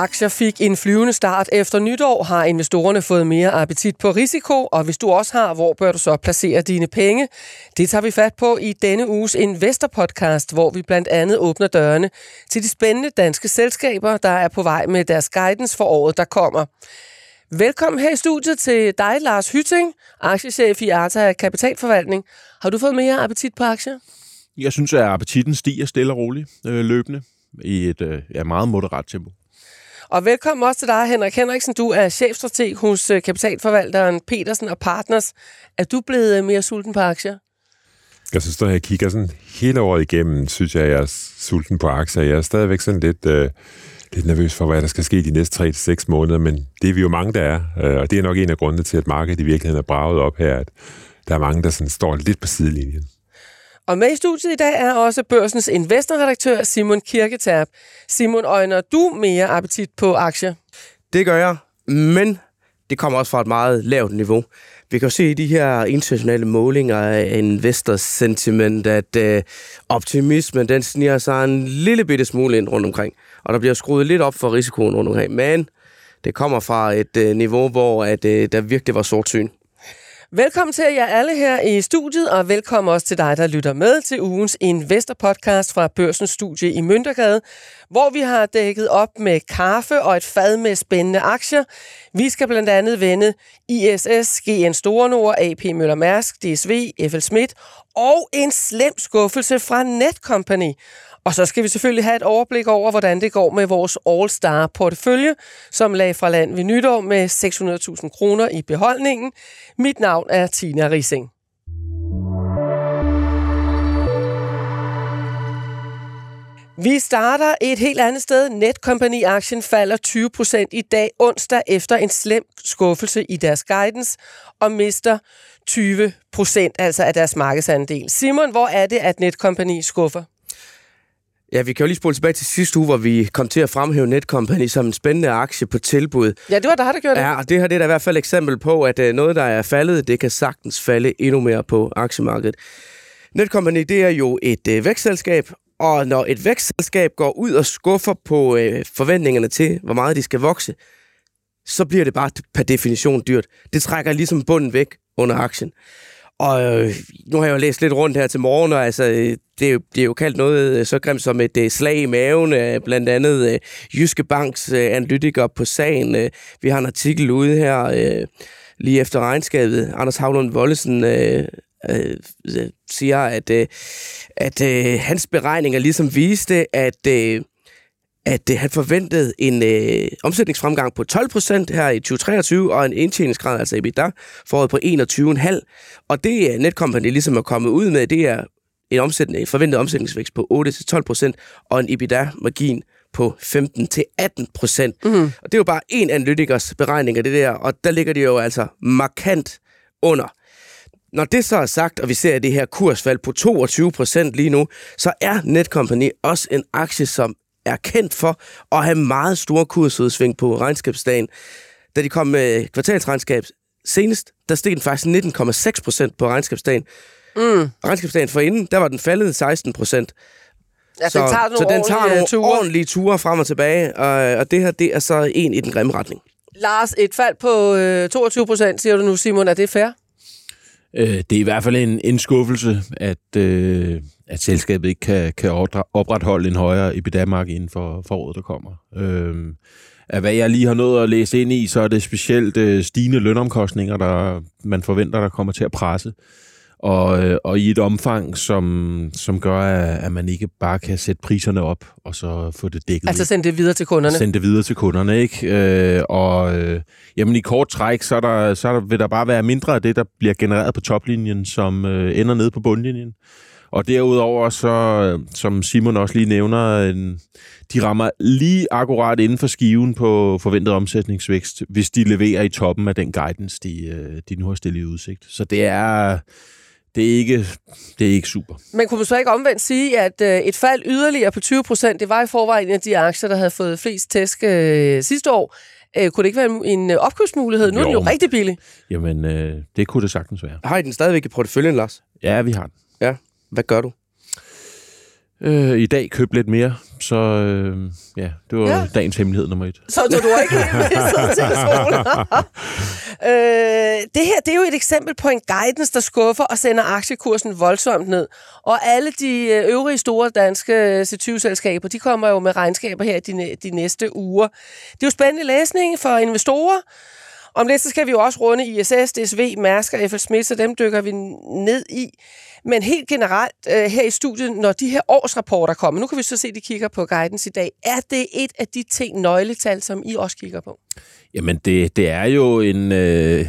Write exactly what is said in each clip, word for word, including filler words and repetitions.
Aktier fik en flyvende start efter nytår, har investorerne fået mere appetit på risiko, og hvis du også har, hvor bør du så placere dine penge? Det tager vi fat på i denne uges Investor-podcast, hvor vi blandt andet åbner dørene til de spændende danske selskaber, der er på vej med deres guidance for året, der kommer. Velkommen her i studiet til dig, Lars Hytting, aktiechef i Arta Kapitalforvaltning. Har du fået mere appetit på aktier? Jeg synes, at appetitten stiger stille og roligt øh, løbende i et øh, ja, meget moderat tempo. Og velkommen også til dig, Henrik Henriksen. Du er chefstrateg hos kapitalforvalteren Petersen og Partners. Er du blevet mere sulten på aktier? Jeg synes, når jeg kigger sådan hele året igennem, synes jeg, at jeg er sulten på aktier. Jeg er stadigvæk sådan lidt, øh, lidt nervøs for, hvad der skal ske de næste tre til seks måneder, men det er vi jo mange, der er. Og det er nok en af grundene til, at markedet i virkeligheden er braget op her, at der er mange, der sådan står lidt på sidelinjen. Og med i studiet i dag er også Børsens investorredaktør Simon Kirketerp. Simon, øjner du mere appetit på aktier? Det gør jeg, men det kommer også fra et meget lavt niveau. Vi kan jo se i de her internationale målinger af investor sentiment, at øh, optimismen den sniger sig en lille bitte smule ind rundt omkring. Og der bliver skruet lidt op for risikoen rundt omkring. Men det kommer fra et øh, niveau, hvor at, øh, der virkelig var sortsyn. Velkommen til jer alle her i studiet, og velkommen også til dig, der lytter med til ugens Investor-podcast fra Børsens studie i Møntergade, hvor vi har dækket op med kaffe og et fad med spændende aktier. Vi skal blandt andet vende I S S, G N Store Nord, A P Møller Mærsk, D S V, F L Schmidt og en slem skuffelse fra Netcompany. Og så skal vi selvfølgelig have et overblik over, hvordan det går med vores All-Star-portefølje, som lagde fra land ved nytår med seks hundrede tusind kroner i beholdningen. Mit navn er Tina Rising. Vi starter et helt andet sted. Netcompany-aktien falder tyve procent i dag onsdag efter en slem skuffelse i deres guidance og mister tyve procent altså af deres markedsandel. Simon, hvor er det, at Netcompany skuffer? Ja, vi kan jo lige spole tilbage til sidste uge, hvor vi kom til at fremhæve Netcompany som en spændende aktie på tilbud. Ja, det var dig, der gjorde det. Ja, og det her det er da i hvert fald et eksempel på, at noget, der er faldet, det kan sagtens falde endnu mere på aktiemarkedet. Netcompany, det er jo et øh, vækstselskab, og når et vækstselskab går ud og skuffer på øh, forventningerne til, hvor meget de skal vokse, så bliver det bare per definition dyrt. Det trækker ligesom bunden væk under aktien. Og øh, nu har jeg jo læst lidt rundt her til morgen, og altså, det, er jo, det er jo kaldt noget så grimt som et øh, slag i maven, øh, blandt andet øh, Jyske Banks øh, analytiker på sagen. Øh, vi har en artikel ude her øh, lige efter regnskabet. Anders Havlund Wollesen øh, øh, siger, at, øh, at øh, hans beregninger ligesom viste, at... Øh, at øh, han forventede en øh, omsætningsfremgang på tolv procent her i tyve treogtyve, og en indtjeningsgrad, altså EBITDA, foråret på enogtyve komma fem. Og det Netcompany ligesom er kommet ud med, det er en omsætning, forventet omsætningsvækst på otte til tolv procent, og en EBITDA-margin på femten til atten procent. Mm. Og det er jo bare en analytikers beregning af det der, og der ligger det jo altså markant under. Når det så er sagt, og vi ser det her kursfald på toogtyve procent lige nu, så er Netcompany også en aktie, som er kendt for at have meget store kursudsving på regnskabsdagen. Da de kom med kvartalsregnskab senest, der steg den faktisk nitten komma seks procent på regnskabsdagen. Mm. Regnskabsdagen forinden, der var den faldet seksten procent. Ja, så, den tager nogle, så den tager nogle ture. ordentlige ture frem og tilbage, og, og det her, det er så en i den grimme retning. Lars, et fald på øh, toogtyve procent, siger du nu, Simon. Er det fair? Det er i hvert fald en, en skuffelse, at, øh, at selskabet ikke kan, kan opretholde en højere EBITDA-margin for, for året, der kommer. Øh, af hvad jeg lige har nået at læse ind i, så er det specielt øh, stigende lønomkostninger, der man forventer, der kommer til at presse. Og, øh, og i et omfang, som, som gør, at man ikke bare kan sætte priserne op, og så få det dækket. Altså sende det videre til kunderne? Sende det videre til kunderne, ikke? Øh, og øh, jamen, i kort træk, så, er der, så er der, vil der bare være mindre af det, der bliver genereret på toplinjen, som øh, ender nede på bundlinjen. Og derudover, så, som Simon også lige nævner, en, de rammer lige akkurat inden for skiven på forventet omsætningsvækst, hvis de leverer i toppen af den guidance, de, de nu har stillet i udsigt. Så det er... Det er, ikke, det er ikke super. Men kunne man så ikke omvendt sige, at øh, et fald yderligere på tyve procent, det var i forvejen en af de aktier, der havde fået flest tæsk øh, sidste år. Øh, kunne det ikke være en øh, opkøbsmulighed? Nu jo. Er den jo rigtig billig. Jamen, øh, det kunne det sagtens være. Har I den stadigvæk i porteføljen, Lars? Ja, vi har den. Ja. Hvad gør du? øh, i dag købt lidt mere. Så øh, ja, det var ja. dagens hemmelighed nummer et. Så, så du har ikke helt mistet telefonen. øh, det her, det er jo et eksempel på en guidance, der skuffer og sender aktiekursen voldsomt ned. Og alle de øvrige store danske C tyve-selskaber, de kommer jo med regnskaber her de, de næste uger. Det er jo spændende læsning for investorer. Om lidt så skal vi jo også runde I S S, D S V, Mærsk og F L Smith, så dem dykker vi ned i. Men helt generelt øh, her i studiet, når de her årsrapporter kommer, nu kan vi så se, at de kigger på guidance i dag, er det et af de ting, nøgletal, som I også kigger på? Jamen, det, det er jo en... Øh,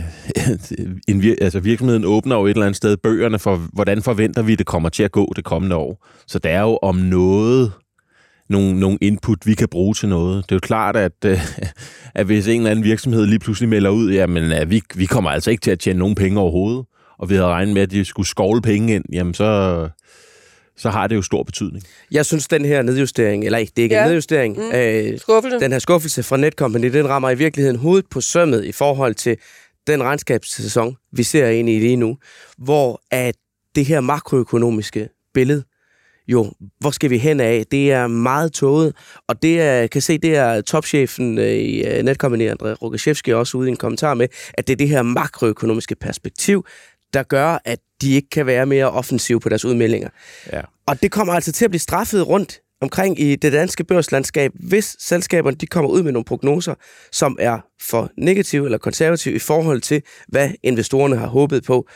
en vir- altså virksomheden åbner jo et eller andet sted bøgerne for, hvordan forventer vi, det kommer til at gå det kommende år. Så det er jo om noget... Nogle, nogle input, vi kan bruge til noget. Det er jo klart, at, øh, at hvis en eller anden virksomhed lige pludselig melder ud, jamen, at vi, vi kommer altså ikke til at tjene nogen penge overhovedet, og vi havde regnet med, at de skulle skovle penge ind, jamen så, så har det jo stor betydning. Jeg synes, den her nedjustering, eller ikke, det er ikke ja. en nedjustering, mm. øh, skuffelse. Den her skuffelse fra Netcompany, den rammer i virkeligheden hovedet på sømmet i forhold til den regnskabssæson, vi ser ind i lige nu, hvor at det her makroøkonomiske billede, jo, hvor skal vi hen af? Det er meget tåget, og det er, kan se, det er topchefen i Netcompany, André Rogoszewski, også ude i en kommentar med, at det er det her makroøkonomiske perspektiv, der gør, at de ikke kan være mere offensive på deres udmeldinger. Ja. Og det kommer altså til at blive straffet rundt omkring i det danske børslandskab, hvis selskaberne de kommer ud med nogle prognoser, som er for negative eller konservative i forhold til, hvad investorerne har håbet på.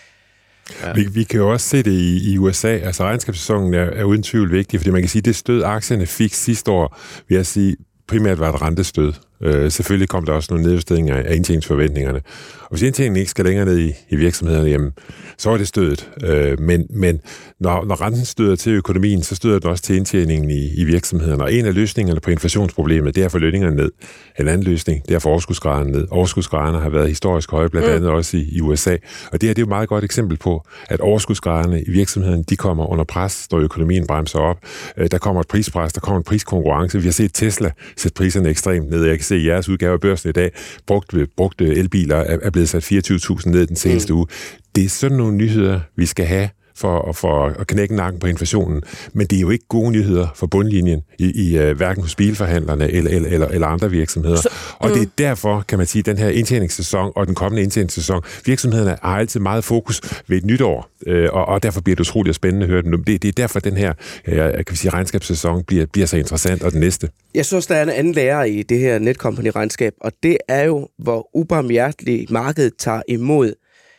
Ja. Vi, vi kan jo også se det i, i U S A. Altså regnskabssæsonen er, er uden tvivl vigtig, fordi man kan sige, at det stød, aktierne fik sidste år, vil jeg sige, primært var et rentestød. Øh, selvfølgelig kom der også nogle nedjusteringer af indtjeningsforventningerne. Og hvis indtjeningen ikke skal længere ned i, i virksomhederne, jamen, så er det stødet. Øh, men men når, når renten støder til økonomien, så støder den også til indtjeningen i, i virksomhederne. Og en af løsningerne på inflationsproblemet, det er at få lønningerne ned. En anden løsning, det er at få overskudsgraderne ned. Overskudsgraderne har været historisk høje, blandt andet mm. også i, i U S A. Og det her det er jo et meget godt eksempel på, at overskudsgraderne i virksomheden, de kommer under pres, når økonomien bremser op. Øh, der kommer et prispres, der kommer en priskonkurrence. Vi har set Tesla sætte priserne ekstremt ned. Jeg kan se, at jeres udgave af børsen i dag, brugte, brugte elbiler er, er blevet sat fireogtyve tusind ned den seneste mm. uge. Det er sådan nogle nyheder, vi skal have for, for at knække nakken på inflationen. Men det er jo ikke gode nyheder for bundlinjen i, i uh, hverken hos bilforhandlerne eller, eller, eller, eller andre virksomheder. Så, mm. Og det er derfor, kan man sige, den her indtjeningssæson og den kommende indtjeningssæson, virksomhederne har altid meget fokus ved et nytår, øh, og, og derfor bliver det utroligt spændende at høre den. Det, det er derfor, den her øh, kan vi sige, regnskabssæson bliver, bliver så interessant, og den næste. Jeg synes, der er en anden lærer i det her Netcompany-regnskab, og det er jo, hvor ubarmhjerteligt markedet tager imod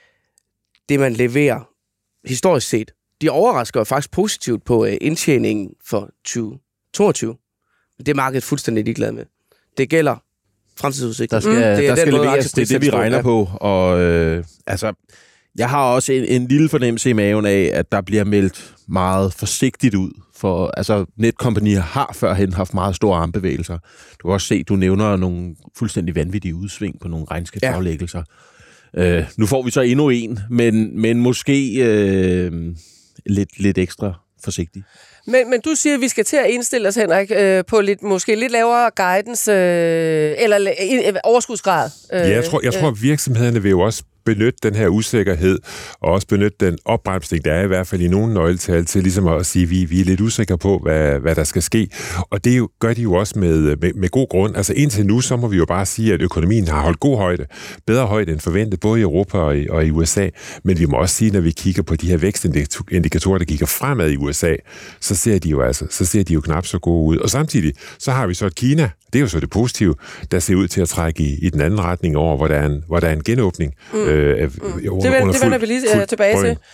det, man leverer historisk set. De overrasker jo faktisk positivt på uh, indtjeningen for tyve toogtyve. Det er markedet fuldstændig ligeglad med. Det gælder fremtidsudsigter. Der skal, mm. det er der skal måde, leveres, det er det, vi regner på. Og øh, altså, jeg har også en, en lille fornemmelse i maven af, at der bliver meldt meget forsigtigt ud. For altså, Netcompany har førhen haft meget store armbevægelser. Du kan også se, du nævner nogle fuldstændig vanvittige udsving på nogle regnskabsaflæggelser. Ja. Uh, nu får vi så endnu en, men, men måske uh, lidt, lidt ekstra forsigtig. Men, men du siger, at vi skal til at indstille os, Henrik, øh, på lidt, måske lidt lavere guidance, øh, eller øh, overskudsgrad. Øh, ja, jeg tror, jeg tror, at virksomhederne vil jo også benytte den her usikkerhed, og også benytte den opbremsning, der er i hvert fald i nogle nøgletal, til ligesom at sige, at vi, vi er lidt usikre på, hvad, hvad der skal ske. Og det jo, gør de jo også med, med, med god grund. Altså indtil nu, så må vi jo bare sige, at økonomien har holdt god højde, bedre højde end forventet, både i Europa og i, og i U S A. Men vi må også sige, når vi kigger på de her vækstindikatorer, der kigger fremad i U S A, så ser de jo altså, så ser de jo knap så gode ud. Og samtidig, så har vi så et Kina, det er jo så det positive, der ser ud til at trække i, i den anden retning over, hvor der er en, hvor der er en genåbning. Mm. Øh, mm. Under, det, vender, det vender vi lige fuld, tilbage fuld til.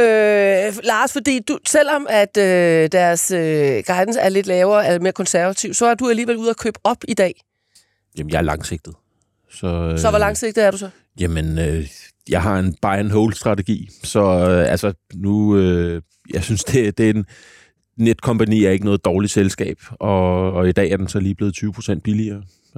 Øh, Lars, fordi du, selvom at øh, deres øh, guidance er lidt lavere, er mere konservativ, så er du alligevel ude at købe op i dag. Jamen, jeg er langsigtet. Så, øh, så hvor langsigtet er du så? Jamen, øh, jeg har en buy and hold strategi, så øh, altså nu, øh, jeg synes, det, det er en Netcompany er ikke noget dårligt selskab, og, og i dag er den så lige blevet tyve procent billigere.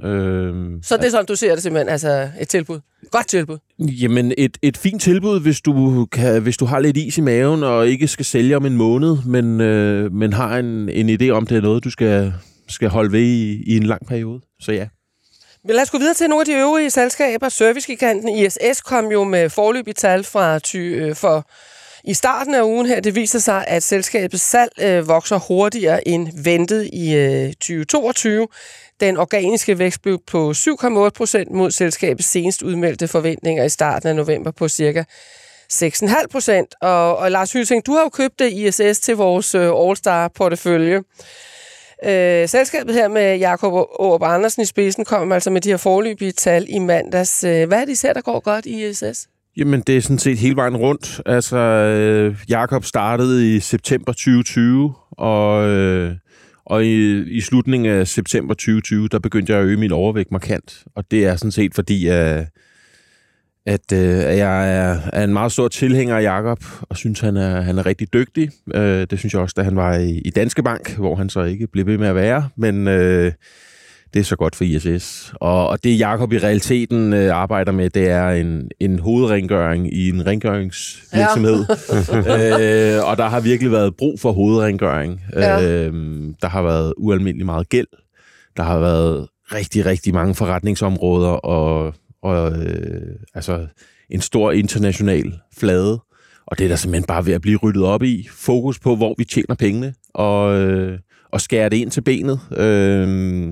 Øhm, så det er sådan, du ser det simpelthen, altså et tilbud? Godt tilbud? Jamen, et, et fint tilbud, hvis du, kan, hvis du har lidt is i maven, og ikke skal sælge om en måned, men, øh, men har en, en idé om, det er noget, du skal, skal holde ved i, i en lang periode. Så ja. Men lad os gå videre til nogle af de øvrige selskaber. Servicegiganten I S S kom jo med foreløbige tal fra ty, øh, for i starten af ugen her. Det viser sig, at selskabets salg øh, vokser hurtigere end ventet i øh, tyve toogtyve. Den organiske vækst blev på syv komma otte procent mod selskabets senest udmeldte forventninger i starten af november på cirka seks komma fem procent. Og, og Lars Hylsing, du har jo købt I S S til vores øh, All-Star-portefølje. Øh, selskabet her med Jakob Aarup Andersen i spidsen kom altså med de her foreløbige tal i mandags. Hvad er det især, der går godt i I S S? Jamen, det er sådan set hele vejen rundt. Altså, øh, Jakob startede i september tyve tyve, og, øh, og i, i slutningen af september tyve tyve, der begyndte jeg at øge min overvægt markant. Og det er sådan set fordi, at, at, øh, at jeg er, er en meget stor tilhænger af Jakob, og synes, han er, han er rigtig dygtig. Øh, det synes jeg også, da han var i, i Danske Bank, hvor han så ikke blev ved med at være. Men øh, det er så godt for I S S. Og, og det Jakob i realiteten øh, arbejder med, det er en, en hovedrengøring i en rengøringsvirksomhed. Ja. øh, og der har virkelig været brug for hovedrengøring. Ja. Øh, der har været ualmindelig meget gæld. Der har været rigtig, rigtig mange forretningsområder og, og øh, altså en stor international flade. Og det er der simpelthen bare ved at blive ryddet op i. Fokus på, hvor vi tjener pengene, og, øh, og skære det ind til benet. Øh,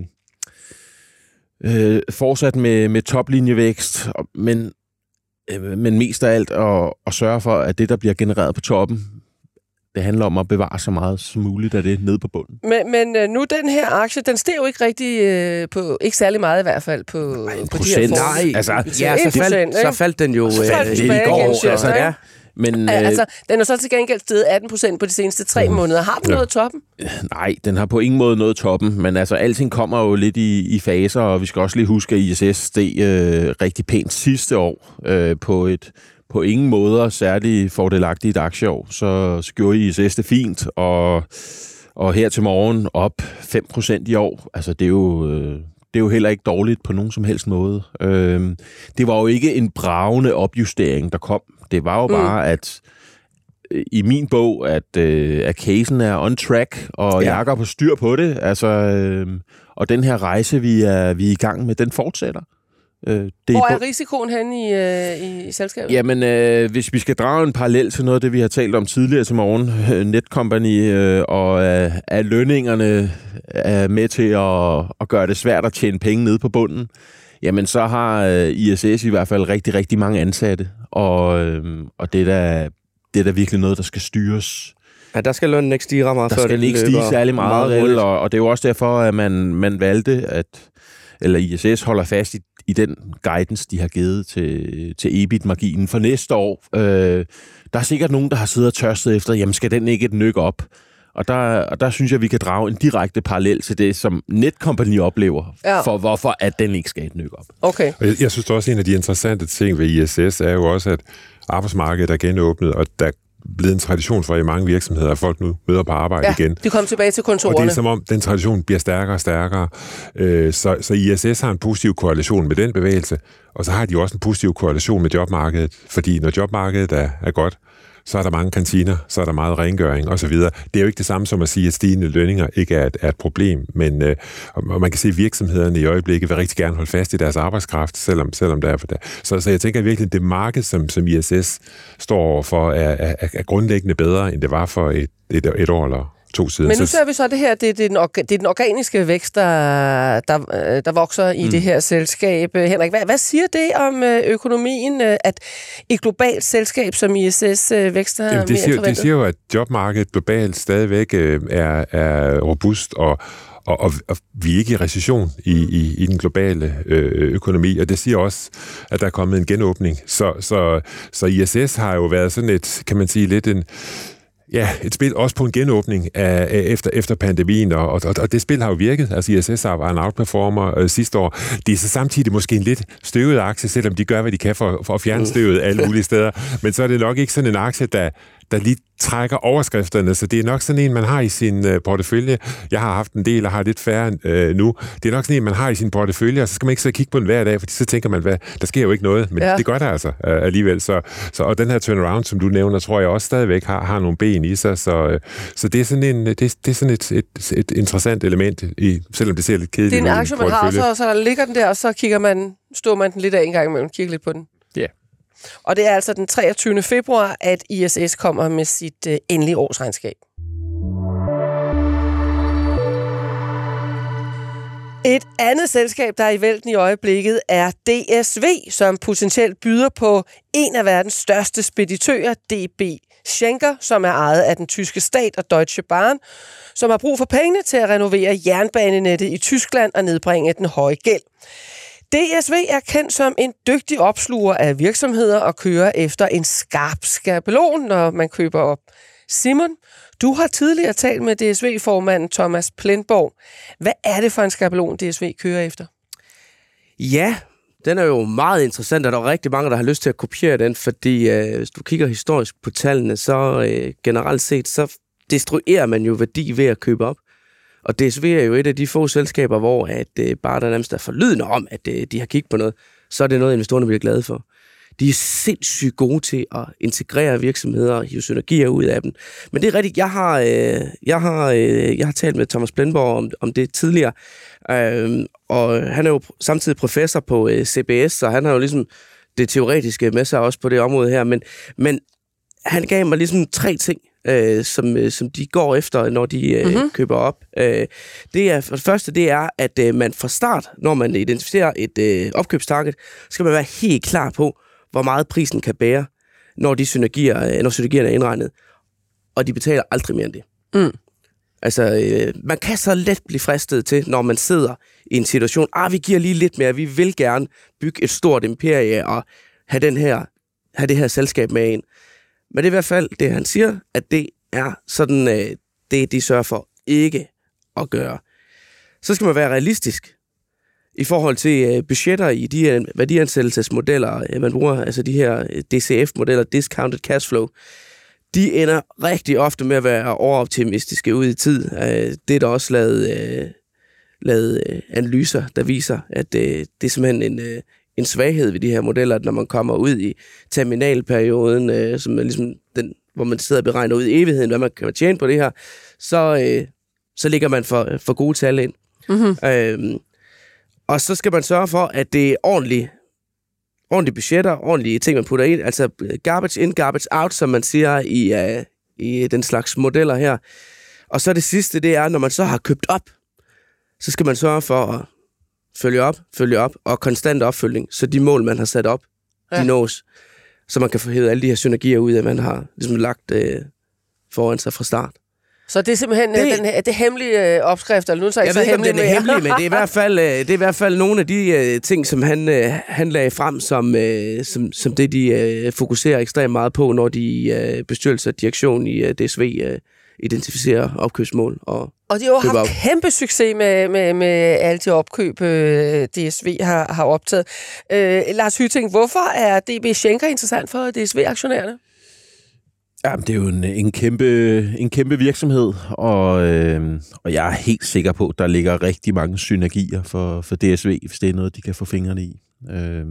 Øh, fortsat med, med toplinjevækst, men, øh, men mest af alt at, at sørge for, at det, der bliver genereret på toppen, det handler om at bevare så meget som muligt af det nede på bunden. Men, men nu den her aktie, den steg jo ikke rigtig øh, på, ikke særlig meget i hvert fald på, Ej, på procent. de her Nej, altså, ja, så faldt, så faldt den jo så faldt øh, tilbage i går. igen, Altså, ja. Men, øh, altså, den er så til gengæld steget atten procent på de seneste tre mm. måneder. Har den ja. noget toppen? Nej, den har på ingen måde noget toppen, men altså, alting kommer jo lidt i, i faser, og vi skal også lige huske, at I S S steg øh, rigtig pænt sidste år øh, på et på ingen måder særlig fordelagtigt aktieår. Så, så gjorde I S S det fint, og, og her til morgen op fem procent i år. Altså, det er jo... Øh, Det er jo heller ikke dårligt på nogen som helst måde. Øhm, det var jo ikke en bragende opjustering, der kom. Det var jo mm. bare, at øh, i min bog, at, øh, at casen er on track, og ja. Jakob har styr på det. Altså, øh, og den her rejse, vi er, vi er i gang med, den fortsætter. Øh, det Hvor er risikoen henne i, øh, i, i selskabet? Jamen, øh, hvis vi skal drage en parallel til noget af det, vi har talt om tidligere til morgen, Netcompany øh, og øh, at lønningerne er med til at, at gøre det svært at tjene penge nede på bunden, jamen så har øh, I S S i hvert fald rigtig, rigtig mange ansatte, og, øh, og det, er da, det er da virkelig noget, der skal styres. Ja, der skal lønnen ikke stige meget, der før skal det ikke stige særlig meget, meget vel, og, og det er jo også derfor, at man, man valgte, at eller I S S holder fast i, i den guidance, de har givet til, til E B I T-marginen for næste år. Øh, der er sikkert nogen, der har siddet og tørstet efter, jamen skal den ikke et nyk op? Og der, og der synes jeg, vi kan drage en direkte parallel til det, som Netcompany oplever, ja. for hvorfor at den ikke skal et nyk op. Okay. Jeg, jeg synes også, en af de interessante ting ved I S S er jo også, at arbejdsmarkedet er genåbnet, og der blevet en tradition for i mange virksomheder, at folk nu møder på arbejde ja, igen. de kommer tilbage til kontorerne. Og det er som om, den tradition bliver stærkere og stærkere. Så, så I S S har en positiv korrelation med den bevægelse, og så har de også en positiv korrelation med jobmarkedet, fordi når jobmarkedet er, er godt, så er der mange kantiner, så er der meget rengøring osv. Det er jo ikke det samme som at sige, at stigende lønninger ikke er et, er et problem, men øh, og man kan se, at virksomhederne i øjeblikket vil rigtig gerne holde fast i deres arbejdskraft, selvom, selvom der er for det. Så, så jeg tænker virkelig, at det marked, som, som I S S står overfor, er, er, er grundlæggende bedre, end det var for et, et, et år eller to siden. Men nu ser vi så det her, det er den, orga, det er den organiske vækst, der, der, der vokser i mm. det her selskab. Henrik, hvad, hvad siger det om økonomien, at et globalt selskab som I S S vækster Jamen, det mere siger, end forventet? Det siger jo, at jobmarkedet globalt stadigvæk er, er robust, og Og, og, og vi er ikke i recession i, i, i den globale øh, økonomi, og det siger også, at der er kommet en genåbning. Så, så, så I S S har jo været sådan et, kan man sige, lidt en... Ja, et spil også på en genåbning af, af, efter, efter pandemien, og, og, og det spil har jo virket. Altså I S S var en outperformer øh, sidste år. Det er så samtidig måske en lidt støvet aktie, selvom de gør, hvad de kan for, for at fjerne støvet alle mulige steder. Men så er det nok ikke sådan en aktie, der, der lige trækker overskrifterne, så det er nok sådan en, man har i sin øh, portefølje. Jeg har haft en del, og har lidt færre øh, nu. Det er nok sådan en, man har i sin portefølje, og så skal man ikke så kigge på den hver dag, for så tænker man, hvad, der sker jo ikke noget, men ja. det gør der altså øh, alligevel. Så, så, og den her turnaround, som du nævner, tror jeg også stadigvæk har, har nogle ben i sig, så, øh, så det er sådan, en, det, det er sådan et, et, et interessant element, i, selvom det ser lidt kedeligt ud. Det er en aktie, man har, så, så ligger den der, og så kigger man, står man den lidt af en gang imellem, kigger lidt på den. Ja. Og det er altså den treogtyvende februar, at I S S kommer med sit øh, endelige årsregnskab. Et andet selskab, der er i vælten i øjeblikket, er D S V, som potentielt byder på en af verdens største speditører, D B Schenker, som er ejet af den tyske stat og Deutsche Bahn, som har brug for pengene til at renovere jernbanenettet i Tyskland og nedbringe den høje gæld. D S V er kendt som en dygtig opsluger af virksomheder og kører efter en skarp skabelon, når man køber op. Simon, du har tidligere talt med D S V-formanden Thomas Plenborg. Hvad er det for en skabelon, D S V kører efter? Ja, den er jo meget interessant, og der er rigtig mange, der har lyst til at kopiere den, fordi øh, hvis du kigger historisk på tallene, så øh, generelt set, så destruerer man jo værdi ved at købe op. Og D S V er jo et af de få selskaber, hvor at, øh, bare der nærmest er forlydende om, at øh, de har kigget på noget, så er det noget, investorerne bliver glade for. De er sindssygt gode til at integrere virksomheder og hive synergier ud af dem. Men det er rigtigt, jeg har, øh, jeg har, øh, jeg har talt med Thomas Plenborg om, om det tidligere, øh, og han er jo samtidig professor på øh, C B S, så han har jo ligesom det teoretiske med sig også på det område her, men, men han gav mig ligesom tre ting, øh, som, øh, som de går efter, når de øh, mm-hmm. køber op. Øh, det er, for det første, det er, at øh, man fra start, når man identificerer et øh, opkøbstarget, skal man være helt klar på, hvor meget prisen kan bære, når de synergier, når synergierne er indregnet. Og de betaler aldrig mere end det. Mm. Altså, øh, man kan så let blive fristet til, når man sidder i en situation, ah, vi giver lige lidt mere, vi vil gerne bygge et stort imperie og have, den her, have det her selskab med ind. Men det er i hvert fald det, han siger, at det er sådan, øh, det de sørger for ikke at gøre. Så skal man være realistisk i forhold til budgetter i de uh, værdiansættelsesmodeller, man bruger, altså de her D C F-modeller, Discounted Cash Flow, de ender rigtig ofte med at være overoptimistiske ud i tid. Uh, det er der også lavet, uh, lavet uh, analyser, der viser, at uh, det er simpelthen en, uh, en svaghed ved de her modeller, at når man kommer ud i terminalperioden, uh, som er ligesom den, hvor man sidder og beregner ud i evigheden, hvad man kan tjene på det her, så, uh, så ligger man for, for gode tal ind. Mm-hmm. Uh, Og så skal man sørge for, at det er ordentlige, ordentlige budgetter, ordentlige ting, man putter ind. Altså garbage in, garbage out, som man siger i, uh, i den slags modeller her. Og så det sidste, det er, når man så har købt op, så skal man sørge for at følge op, følge op og konstant opfølgning, så de mål, man har sat op, ja. de nås. Så man kan få hævet alle de her synergier ud, at man har ligesom lagt uh, foran sig fra start. Så det er simpelthen det, den, det hemmelige øh, opskrift, eller nu så ikke jeg så ved ikke, om hemmelig det er hemmelige, men det er i hvert fald, øh, det er i hvert fald nogle af de øh, ting, som han, øh, han lagde frem, som, øh, som, som det, de øh, fokuserer ekstremt meget på, når de øh, bestyrelse og direktion i øh, D S V øh, identificerer opkøbsmål. Og, og de har jo haft op. kæmpe succes med, med, med alle de opkøb, øh, D S V har, har optaget. Øh, Lars Hytting, hvorfor er D B Schenker interessant for D S V-aktionærerne? Ja, det er jo en, en, kæmpe, en kæmpe virksomhed, og, øh, og jeg er helt sikker på, at der ligger rigtig mange synergier for, for D S V, hvis det er noget, de kan få fingrene i. Øh,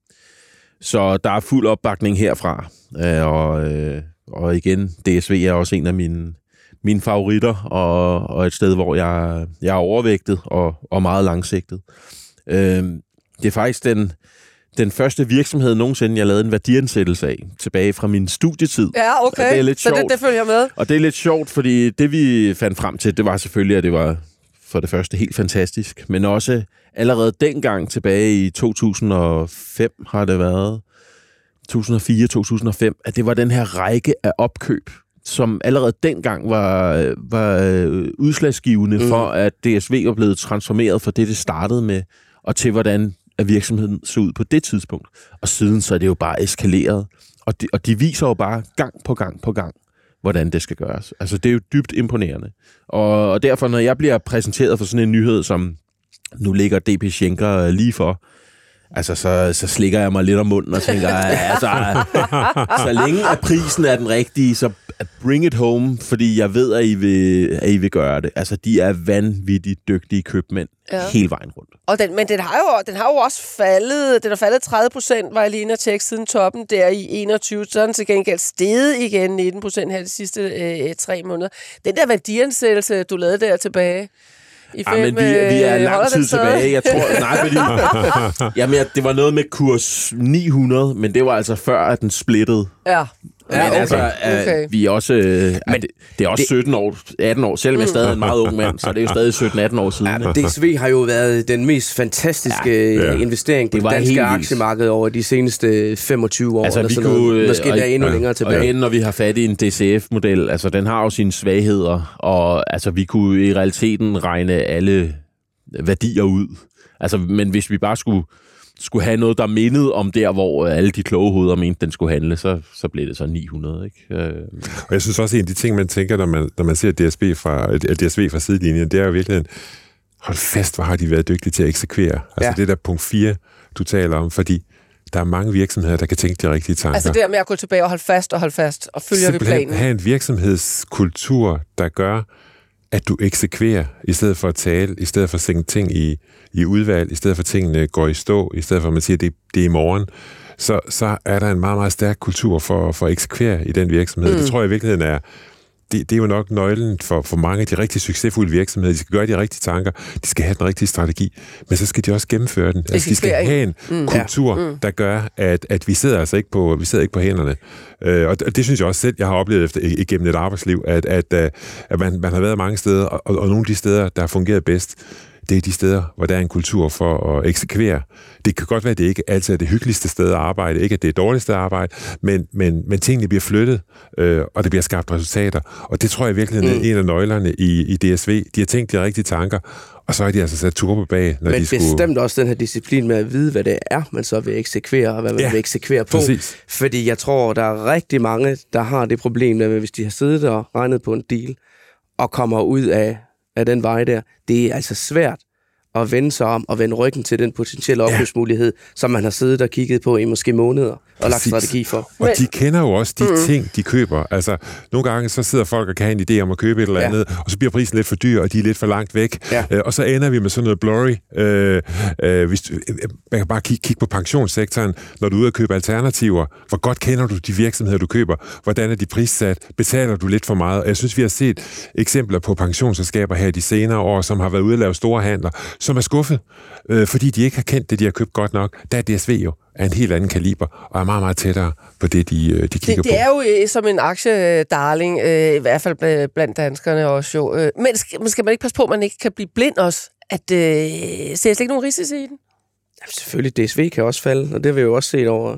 så der er fuld opbakning herfra, øh, og, øh, og igen, D S V er også en af mine, mine favoritter, og, og et sted, hvor jeg, jeg er overvægtet og, og meget langsigtet. Øh, det er faktisk den... Den første virksomhed nogensinde, jeg lavede en værdiansættelse af, tilbage fra min studietid. Ja, okay. Det er lidt så sjovt. Det, det følger med. Og det er lidt sjovt, fordi det vi fandt frem til, det var selvfølgelig, at det var for det første helt fantastisk, men også allerede dengang tilbage i to tusind og fem har det været, to tusind og fire til to tusind og fem, at det var den her række af opkøb, som allerede dengang var, var udslagsgivende mm. for, at D S V var blevet transformeret fra det, det startede med, og til hvordan at virksomheden så ud på det tidspunkt. Og siden så er det jo bare eskaleret. Og de, og de viser jo bare gang på gang på gang, hvordan det skal gøres. Altså, det er jo dybt imponerende. Og, og derfor, når jeg bliver præsenteret for sådan en nyhed, som nu ligger D B Schenker lige for, altså, så, så slikker jeg mig lidt om munden og tænker, altså, så længe at prisen er den rigtige, så bring it home, fordi jeg ved, at I vil, at I vil gøre det. Altså, de er vanvittigt dygtige købmænd ja. hele vejen rundt. Og den, men den har, jo, den har jo også faldet, den har faldet tredive procent, var jeg lige inde og tjekke siden toppen der i enogtyve, så er den til gengæld steget igen nitten procent her de sidste øh, tre måneder. Den der værdiansættelse, du lavede der tilbage, I Ja, men vi, vi er lang tid tilbage. Jeg tror, nej, fordi, jamen, ja, det var noget med kurs ni hundrede, men det var altså før, at den splittede. Ja. Men Ja, okay. altså, Okay. vi er også, øh, Men det, det er også det- sytten år, atten år, selvom jeg stadig er en meget ung mand, så det er jo stadig sytten atten år siden. Ja, ikke? men D S V har jo været den mest fantastiske Ja. ja. investering på Det det, var det danske helt vildt. aktiemarked over de seneste femogtyve år. Altså, eller vi sådan kunne, noget. øh, Måske og- endda endnu ja. længere Og tilbage. igen, når vi har fat i en D C F-model, altså den har jo sine svagheder, og altså vi kunne i realiteten regne alle værdier ud. Altså, men hvis vi bare skulle, skulle have noget, der mindede om der, hvor alle de kloge hoveder mente, den skulle handle, så, så blev det så ni hundrede, ikke? Øh, Og jeg synes også, at en af de ting, man tænker, når man, når man ser D S B fra, D S V fra sidelinjen, det er jo virkelig, hold fast, hvor har de været dygtige til at eksekvere. Altså Ja. det der punkt fire, du taler om, fordi der er mange virksomheder, der kan tænke de rigtige tanker. Altså det der med at gå tilbage og holde fast og holde fast, og følger vi Simpelthen planen. have en virksomhedskultur, der gør, at du eksekverer, i stedet for at tale, i stedet for at sænke ting i, i udvalg, i stedet for at tingene går i stå, i stedet for at man siger, at det, det er i morgen, så, så er der en meget, meget stærk kultur for, for at eksekvere i den virksomhed. Mm. Det tror jeg i virkeligheden er, det, det er jo nok nøglen for, for mange af de rigtig succesfulde virksomheder. De skal gøre de rigtige tanker, de skal have den rigtige strategi, men så skal de også gennemføre den. Altså, de skal have en mm. kultur, mm. der gør, at, at vi sidder altså ikke på, vi sidder ikke på hænderne. Øh, og det, det synes jeg også selv, jeg har oplevet efter, igennem et arbejdsliv, at, at, at man, man har været mange steder, og, og nogle af de steder, der har fungeret bedst, det er de steder, hvor der er en kultur for at eksekvere. Det kan godt være, at det ikke altid er det hyggeligste sted at arbejde, ikke at det er det dårligste at arbejde, men, men, men tingene bliver flyttet, øh, og der bliver skabt resultater. Og det tror jeg virkelig er mm. en af nøglerne i, i D S V. De har tænkt de rigtige tanker, og så har de altså sat turbo bag, når Men de skulle... bestemt også den her disciplin med at vide, hvad det er, man så vil eksekvere, og hvad man Ja, vil eksekvere på. præcis. Fordi jeg tror, der er rigtig mange, der har det problem, at hvis de har siddet og regnet på en deal, og kommer ud af, af den vej der, det er altså svært at vende sig om og vende ryggen til den potentielle opkøbsmulighed, ja. som man har siddet og kigget på i måske måneder og Præcis. lagt strategi for. Og de kender jo også de mm. ting, de køber. Altså, nogle gange så sidder folk og kan have en idé om at købe et eller andet, ja. og så bliver prisen lidt for dyr, og de er lidt for langt væk. Ja. Øh, og så ender vi med sådan noget blurry. Øh, øh, hvis, øh, man kan bare kigge, kigge på pensionssektoren, når du er ude at købe alternativer. Hvor godt kender du de virksomheder, du køber? Hvordan er de prissat? Betaler du lidt for meget? Og jeg synes, vi har set eksempler på pensionsselskaber her de senere år, som har været ude at lave store handler, som er skuffet, øh, fordi de ikke har kendt det, de har købt godt nok. Der er D S V jo af en helt anden kaliber, og er meget, meget tættere på det, de, de kigger Det, det er jo øh, som en aktiedarling, øh, i hvert fald bl- blandt danskerne også jo. Øh, men skal, skal man ikke passe på, at man ikke kan blive blind også? At øh, ser jeg slet ikke nogen risici i den? Jamen, selvfølgelig, D S V kan også falde, og det har vi jo også set over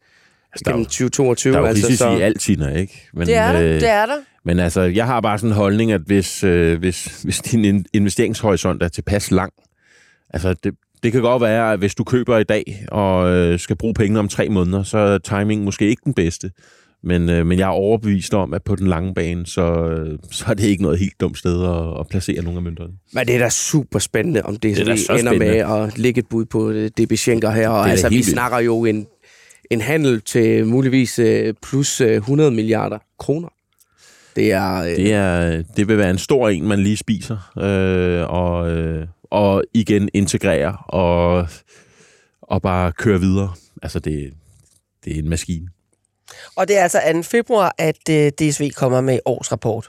gennem tyve toogtyve. Der er jo altså, risici så... i alt, Tina, ikke? Men, Det er der, øh, det er der. Men altså, jeg har bare sådan en holdning, at hvis, øh, hvis, hvis din in- investeringshorisont er tilpas lang, altså det, det kan godt være, at hvis du køber i dag og øh, skal bruge penge om tre måneder, så er timingen måske ikke den bedste. Men, øh, men jeg er overbevist om, at på den lange bane, så, øh, så er det ikke noget helt dumt sted at, at placere nogle af mønterne. Men det er da super spændende, om D S V da så ender spændende. med at lægge et bud på D B Schenker her. Og da altså, vi helt vildt. snakker jo en, en handel til muligvis øh, plus øh, hundrede milliarder kroner. Det er... Øh, Det, er, det vil være en stor en, man lige spiser, øh, og, øh, og igen integrerer og, og bare køre videre. Altså, det, det er en maskine. Og det er altså anden februar, at øh, D S V kommer med årsrapport.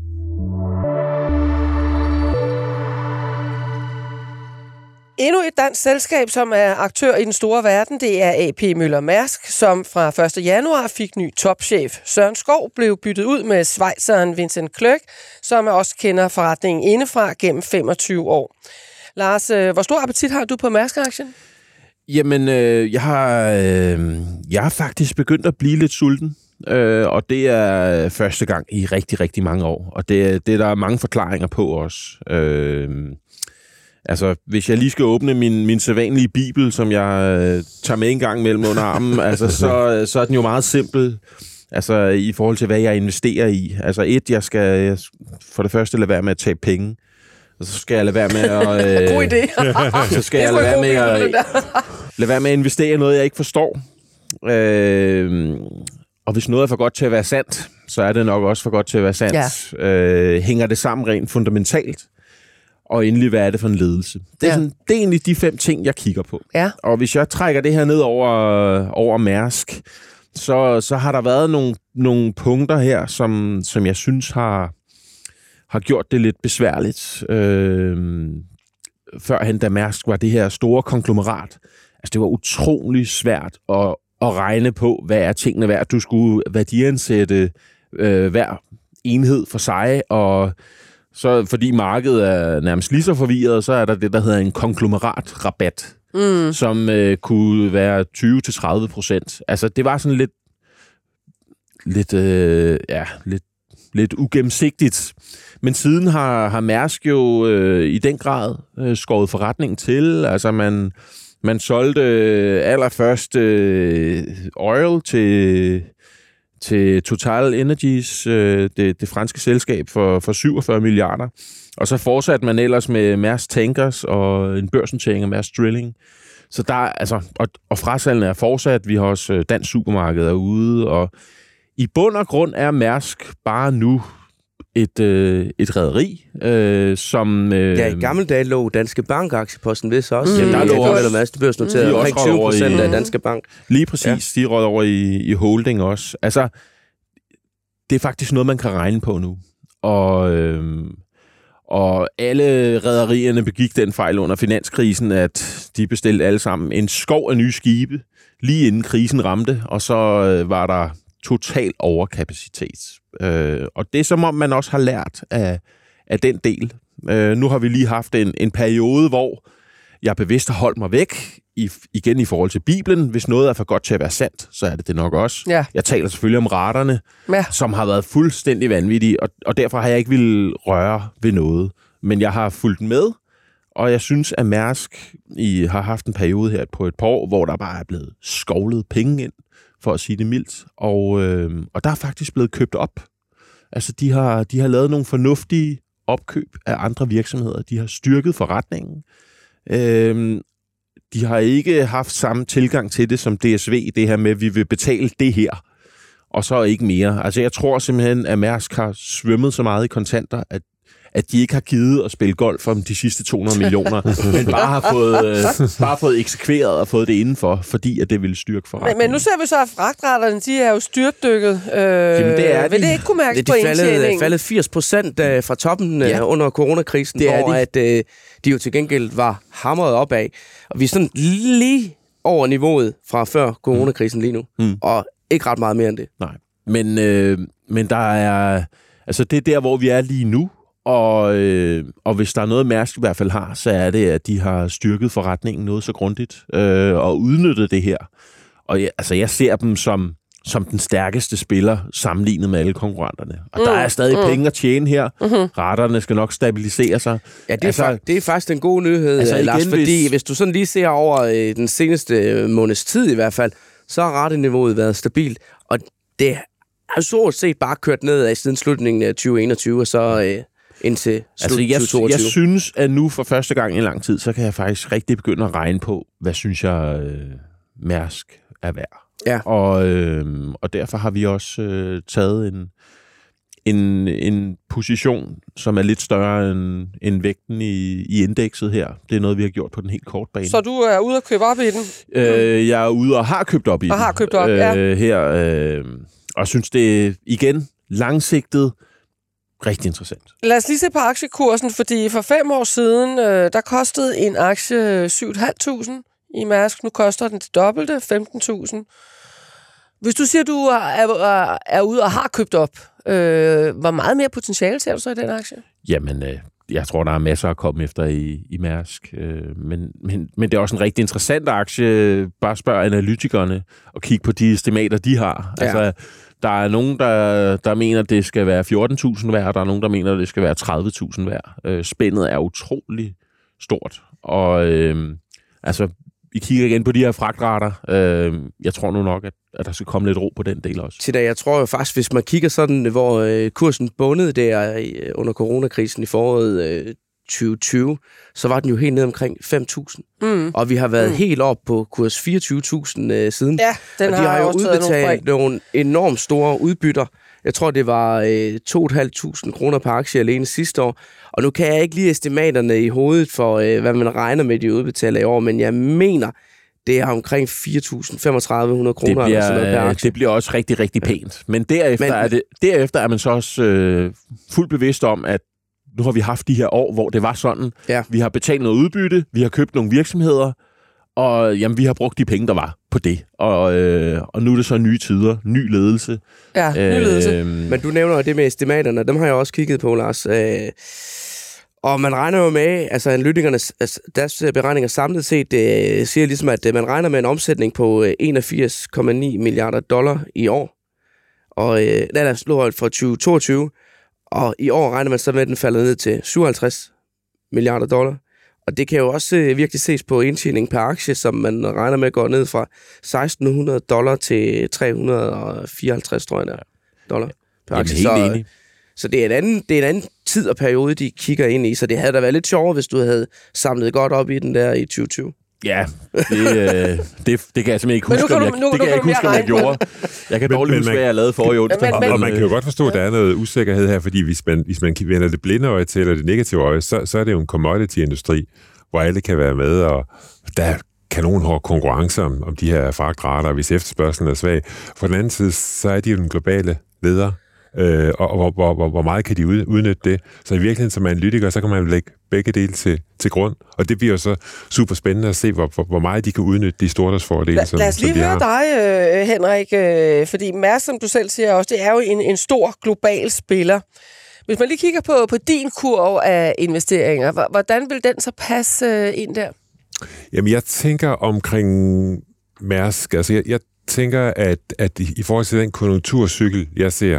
Endnu et dansk selskab, som er aktør i den store verden, det er A P Møller Mærsk, som fra første januar fik ny topchef. Søren Skov blev byttet ud med schweizeren Vincent Clerc, som også kender forretningen indefra gennem femogtyve år. Lars, øh, hvor stor appetit har du på Mærsk-aktien? Jamen, øh, jeg, har, øh, jeg har faktisk begyndt at blive lidt sulten, øh, og det er første gang i rigtig, rigtig mange år. Og det, det er der mange forklaringer på også. Øh, altså, hvis jeg lige skal åbne min, min sædvanlige bibel, som jeg øh, tager med en gang mellem under armen, altså, så, så er den jo meget simpel. Altså, i forhold til, hvad jeg investerer i. Altså, et, jeg skal jeg, for det første lade være med at tage penge. Og så skal jeg lade være med at... Øh, God idé. så skal jeg lade være med at... Lad være med at investere i noget, jeg ikke forstår. Øh, og hvis noget er for godt til at være sandt, så er det nok også for godt til at være sandt. Ja. Øh, hænger det sammen rent fundamentalt? Og endelig, hvad er det for en ledelse? Det er, Ja. sådan, det er egentlig de fem ting, jeg kigger på. Ja. Og hvis jeg trækker det her ned over, over Mærsk, så, så har der været nogle, nogle punkter her, som, som jeg synes har, har gjort det lidt besværligt. Øh, førhen, da Mærsk var det her store konglomerat, altså det var utrolig svært at, at regne på, hvad er tingene værd. Du skulle værdiansætte øh, hver enhed for sig, og så fordi markedet er nærmest lige så forvirret, så er der det, der hedder en konglomeratrabat, mm. som øh, kunne være tyve til tredive procent. Altså, det var sådan lidt, lidt, øh, ja, lidt, lidt ugennemsigtigt. Men siden har, har Mærsk jo øh, i den grad øh, skåret forretningen til. Altså, man, man solgte øh, allerførst øh, oil til... til Total Energies, øh, det, det franske selskab, for, for syvogfyrre milliarder. Og så fortsatte man ellers med Mærsk Tankers og en børsnotering af Mærsk Drilling. Så der, altså, og, og frasalgene er fortsat. Vi har også dansk supermarked ude, og i bund og grund er Mærsk bare nu et, øh, et rederi, øh, som... Øh, ja, i gamle dage lå Danske Bank-aktieposten vist også. Mm. Ja, der lå også... Mærsk børsnoteret omkring tyve procent af Danske Bank. Lige præcis, ja. De råd over i, i holding også. Altså, det er faktisk noget, man kan regne på nu. Og, øh, og alle rederierne begik den fejl under finanskrisen, at de bestilte alle sammen en skov af nye skibe, lige inden krisen ramte, og så øh, var der total overkapacitet. Øh, og det er som om, man også har lært af, af den del. Øh, nu har vi lige haft en, en periode, hvor jeg bevidst har holdt mig væk, i, igen i forhold til Bibelen. Hvis noget er for godt til at være sandt, så er det det nok også. Ja. Jeg taler selvfølgelig om raterne, ja. som har været fuldstændig vanvittige, og, og derfor har jeg ikke ville røre ved noget. Men jeg har fulgt med, og jeg synes, at Mærsk I har haft en periode her på et par år, hvor der bare er blevet skovlet penge ind, for at sige det mildt. Og, øh, og der er faktisk blevet købt op. Altså, de har, de har lavet nogle fornuftige opkøb af andre virksomheder. De har styrket forretningen. Øh, de har ikke haft samme tilgang til det som D S V, det her med, at vi vil betale det her, og så ikke mere. Altså, jeg tror simpelthen, at Mærsk har svømmet så meget i kontanter, at at de ikke har givet at spille golf om de sidste to hundrede millioner, men bare har fået, øh, bare fået eksekveret og fået det indenfor, fordi at det ville styrke forretningen. Men, men nu ser vi så, at fragtraterne, de er jo styrtdykket. Øh, Jamen, det er vil de. det ikke kunne mærkes de på faldet, indtjeningen? faldet firs procent øh, fra toppen øh, ja. under coronakrisen, det hvor de. at, øh, de jo til gengæld var hamret opad. Og vi er sådan lige over niveauet fra før coronakrisen lige nu, mm. og ikke ret meget mere end det. Nej, men, øh, men der er... Altså, det er der, hvor vi er lige nu. Og, øh, og hvis der er noget, Mærsk i hvert fald har, så er det, at de har styrket forretningen noget så grundigt øh, og udnyttet det her. Og jeg, altså, jeg ser dem som, som den stærkeste spiller sammenlignet med alle konkurrenterne. Og mm, der er stadig mm. penge at tjene her. Mm-hmm. Raterne skal nok stabilisere sig. Ja, det er, altså, fa- det er faktisk en god nyhed, altså, Lars, igen, fordi hvis... hvis du sådan lige ser over øh, den seneste måneds tid i hvert fald, så har ratteniveauet været stabilt. Og det har så set bare kørt nedad siden slutningen af tyve enogtyve, og så... Øh, indtil altså, jeg, tyve toogtyve. Jeg synes, at nu for første gang i lang tid, så kan jeg faktisk rigtig begynde at regne på, hvad synes jeg, øh, Mærsk er værd. Ja. Og, øh, og derfor har vi også øh, taget en, en, en position, som er lidt større end, end vægten i, i indekset her. Det er noget, vi har gjort på den helt korte bane. Så du er ude at købe op i den? Øh, jeg er ude og har købt op i og den. har købt op, øh, ja. Her, øh, og synes, det er igen langsigtet rigtig interessant. Lad os lige se på aktiekursen, fordi for fem år siden, øh, der kostede en aktie syv tusind fem hundrede i Mærsk. Nu koster den det dobbelte, femten tusind. Hvis du siger, at du er, er, er ude og har købt op, øh, hvor meget mere potentiale ser du så i den aktie? Jamen, øh, jeg tror, der er masser at komme efter i, i Mærsk. Øh, men, men, men det er også en rigtig interessant aktie. Bare spørg analytikerne og kig på de estimater, de har. Ja. Altså, der er nogen, der, der mener, det skal være fjorten tusind værd, og der er nogen, der mener, det skal være tredive tusind værd. Øh, spændet er utrolig stort. Og øh, altså, vi kigger igen på de her fragtrater. Øh, jeg tror nu nok, at, at der skal komme lidt ro på den del også. Til da, jeg tror jo faktisk, hvis man kigger sådan, hvor øh, kursen bundede der øh, under coronakrisen i foråret øh, tyve tyve, så var den jo helt ned omkring fem tusind. Mm. Og vi har været mm. helt op på kurs fireogtyve tusind øh, siden. Ja, den og de har, har jo udbetalt nogle, nogle enormt store udbytter. Jeg tror, det var øh, to tusind fem hundrede kroner per aktie alene sidste år. Og nu kan jeg ikke lige estimaterne i hovedet for, øh, hvad man regner med, de udbetaler i år, men jeg mener, det er omkring fire tusind fem tusind tre hundrede kroner det bliver, eller sådan noget per aktie. Det bliver også rigtig, rigtig pænt. Men derefter, men, er, det, derefter er man så også øh, fuldt bevidst om, at nu har vi haft de her år, hvor det var sådan. Ja. Vi har betalt noget udbytte, vi har købt nogle virksomheder, og jamen, vi har brugt de penge, der var på det. Og, øh, og nu er det så nye tider, ny ledelse. Ja, ny ledelse. Øh, Men du nævner jo det med estimaterne, dem har jeg også kigget på, Lars. Øh, og man regner jo med, altså analytikernes deres beregninger samlet set, øh, siger ligesom, at man regner med en omsætning på enogfirs komma ni milliarder dollar i år. Og øh, den er slået fra tyve toogtyve, og i år regner man så med, at den falder ned til syvoghalvtreds milliarder dollar. Og det kan jo også øh, virkelig ses på indtjening per aktie, som man regner med går ned fra seksten hundrede dollar til tre hundrede og fireoghalvtreds, tror jeg, der, dollar per jamen, aktie. helt Så, enig. så det er en anden, det er en anden tid og periode, de kigger ind i. Så det havde da været lidt sjovere, hvis du havde samlet godt op i den der i tyve tyve. Ja, det, øh, det, det kan jeg simpelthen ikke huske, om jeg, nu, det kan jeg ikke huske, om jeg gjorde. Jeg kan dårligt huske, hvad jeg lavede for i onsdag. Men- men- Og man kan jo godt forstå, at der er noget usikkerhed her, fordi hvis man, hvis man vender det blinde øje til, eller det negative øje, så, så er det jo en commodity-industri, hvor alle kan være med, og der er kanonhård konkurrence om, om de her fragtrater, hvis efterspørgselen er svag. På den anden side, så er de jo den globale leder, øh, og, og hvor, hvor, hvor meget kan de udnytte det. Så i virkeligheden, som analytiker, så kan man lægge begge dele til, til grund, og det bliver jo så super spændende at se, hvor, hvor, hvor meget de kan udnytte de stordriftsfordele, La, ligesom, som, lad os som lige de høre har. dig, øh, Henrik, øh, fordi Mærsk, som du selv siger også, det er jo en, en stor global spiller. Hvis man lige kigger på, på din kurv af investeringer, h- hvordan vil den så passe øh, ind der? Jamen, jeg tænker omkring Mærsk, altså jeg, jeg tænker, at, at i, i forhold til den konjunkturcykel, jeg ser,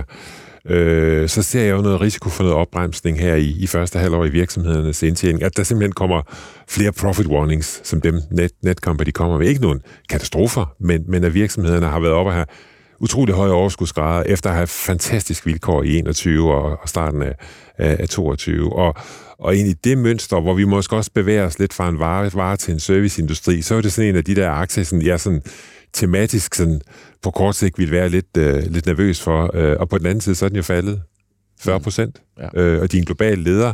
øh, så ser jeg jo noget risiko for noget opbremsning her i, i første halvår i virksomhedernes indtjening, at der simpelthen kommer flere profit warnings, som dem Net, Netcompany kommer med. Ikke nogen katastrofer, men, men at virksomhederne har været oppe her utrolig høje overskudsgrader, efter at have fantastisk vilkår i enogtyve og, og starten af, af, af toogtyve. Og, og ind i det mønster, hvor vi måske også bevæger os lidt fra en vare, vare til en serviceindustri, så er det sådan en af de der aktier, sådan, jeg sådan tematisk sådan, på kort sigt ville være lidt, øh, lidt nervøs for. Øh, og på den anden side, så er den jo faldet fyrre procent, Ja. øh, og de er en global leder.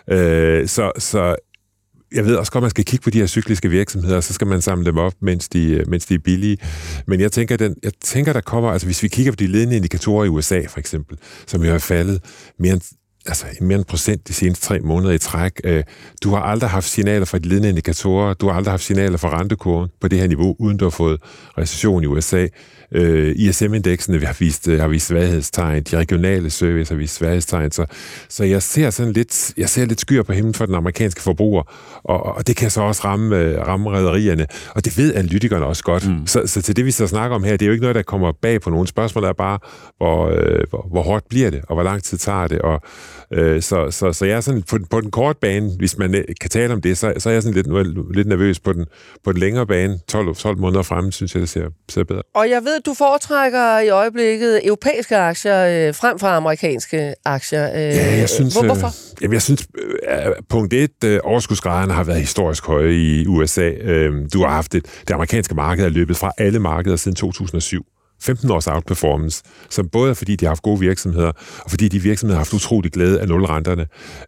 Øh, så, så jeg ved også godt, man skal kigge på de her cykliske virksomheder, og så skal man samle dem op, mens de, mens de er billige. Men jeg tænker, den, jeg tænker, der kommer, altså hvis vi kigger på de ledende indikatorer i U S A, for eksempel, som jo har faldet mere end, altså mere end procent de seneste tre måneder i træk. Øh, du har aldrig haft signaler fra de ledende indikatorer, du har aldrig haft signaler fra rentekurven på det her niveau, uden du har fået recession i U S A. Øh, I S M-indeksene har vist, har vist svaghedstegn, de regionale service har vist svaghedstegn, så, så jeg ser sådan lidt, jeg ser lidt skyer på himlen for den amerikanske forbruger, og, og det kan så også ramme, ramme rederierne, og det ved analytikerne også godt. Mm. Så, så til det, vi så snakker om her, det er jo ikke noget, der kommer bag på nogen spørgsmål, der er bare, hvor, øh, hvor, hvor hårdt bliver det, og hvor lang tid tager det, og øh, så, så, så jeg er sådan, på, på den korte bane, hvis man kan tale om det, så, så er jeg sådan lidt, lidt nervøs på den, på den længere bane, tolv, tolv måneder frem, synes jeg, det ser, ser bedre. Og jeg ved, at du foretrækker i øjeblikket europæiske aktier øh, frem for amerikanske aktier. Øh, Ja, jeg synes, hvor, hvorfor? Øh, jamen, jeg synes, øh, punkt et, øh, overskudsgraderne har været historisk høje i U S A. Øh, du har haft et, det amerikanske marked er løbet fra alle markeder siden to tusind og syv. femten års outperformance, som både er fordi, de har haft gode virksomheder, og fordi de virksomheder har haft utrolig glæde af nulrenterne.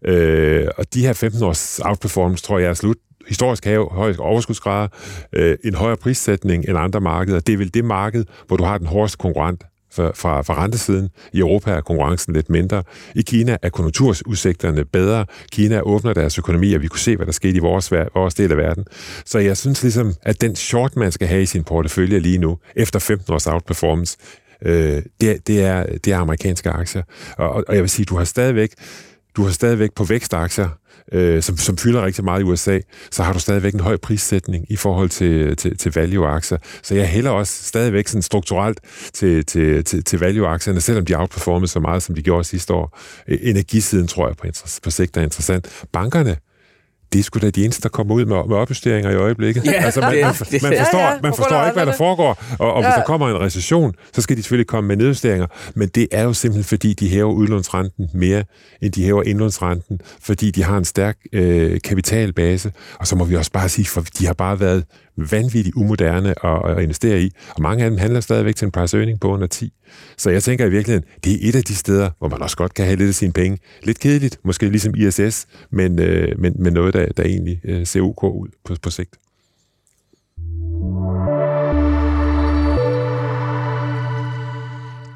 Øh, og de her femten års outperformance, tror jeg, er slut. Historisk høje overskudsgrader, øh, en højere prissætning end andre markeder. Det er vel det marked, hvor du har den hårdeste konkurrent fra, fra, fra rentesiden. I Europa er konkurrencen lidt mindre. I Kina er konjunkturudsigterne bedre. Kina åbner deres økonomi, og vi kunne se, hvad der skete i vores, vores del af verden. Så jeg synes ligesom, at den short, man skal have i sin portefølje lige nu, efter femten års outperformance, øh, det, det, er, det er amerikanske aktier. Og, og jeg vil sige, du har stadigvæk, du har stadigvæk på vækstaktier, Øh, som, som fylder rigtig meget i U S A, så har du stadigvæk en høj prissætning i forhold til, til, til value-aktier. Så jeg hælder også stadigvæk sådan strukturelt til, til, til, til value-aktierne, selvom de outperformede så meget, som de gjorde sidste år. Energisiden, tror jeg, på, på sigt er interessant. Bankerne, det er sgu da de eneste, der kommer ud med, med opjusteringer i øjeblikket. Ja, altså, man, det- man, det- man forstår, ja, ja, man på forstår grund af ikke, hvad der renterne. foregår, og, og Ja. hvis der kommer en recession, så skal de selvfølgelig komme med nedjusteringer, men det er jo simpelthen, fordi de hæver udlånsrenten mere, end de hæver indlånsrenten, fordi de har en stærk øh, kapitalbase, og så må vi også bare sige, for de har bare været vanvittigt umoderne at, at investere i, og mange af dem handler stadigvæk til en price earning på under ti. Så jeg tænker i virkeligheden, det er et af de steder, hvor man også godt kan have lidt af sine penge. Lidt kedeligt, måske ligesom I S S, men, øh, men, men noget, der, der egentlig øh, ser ok ud på, på sigt.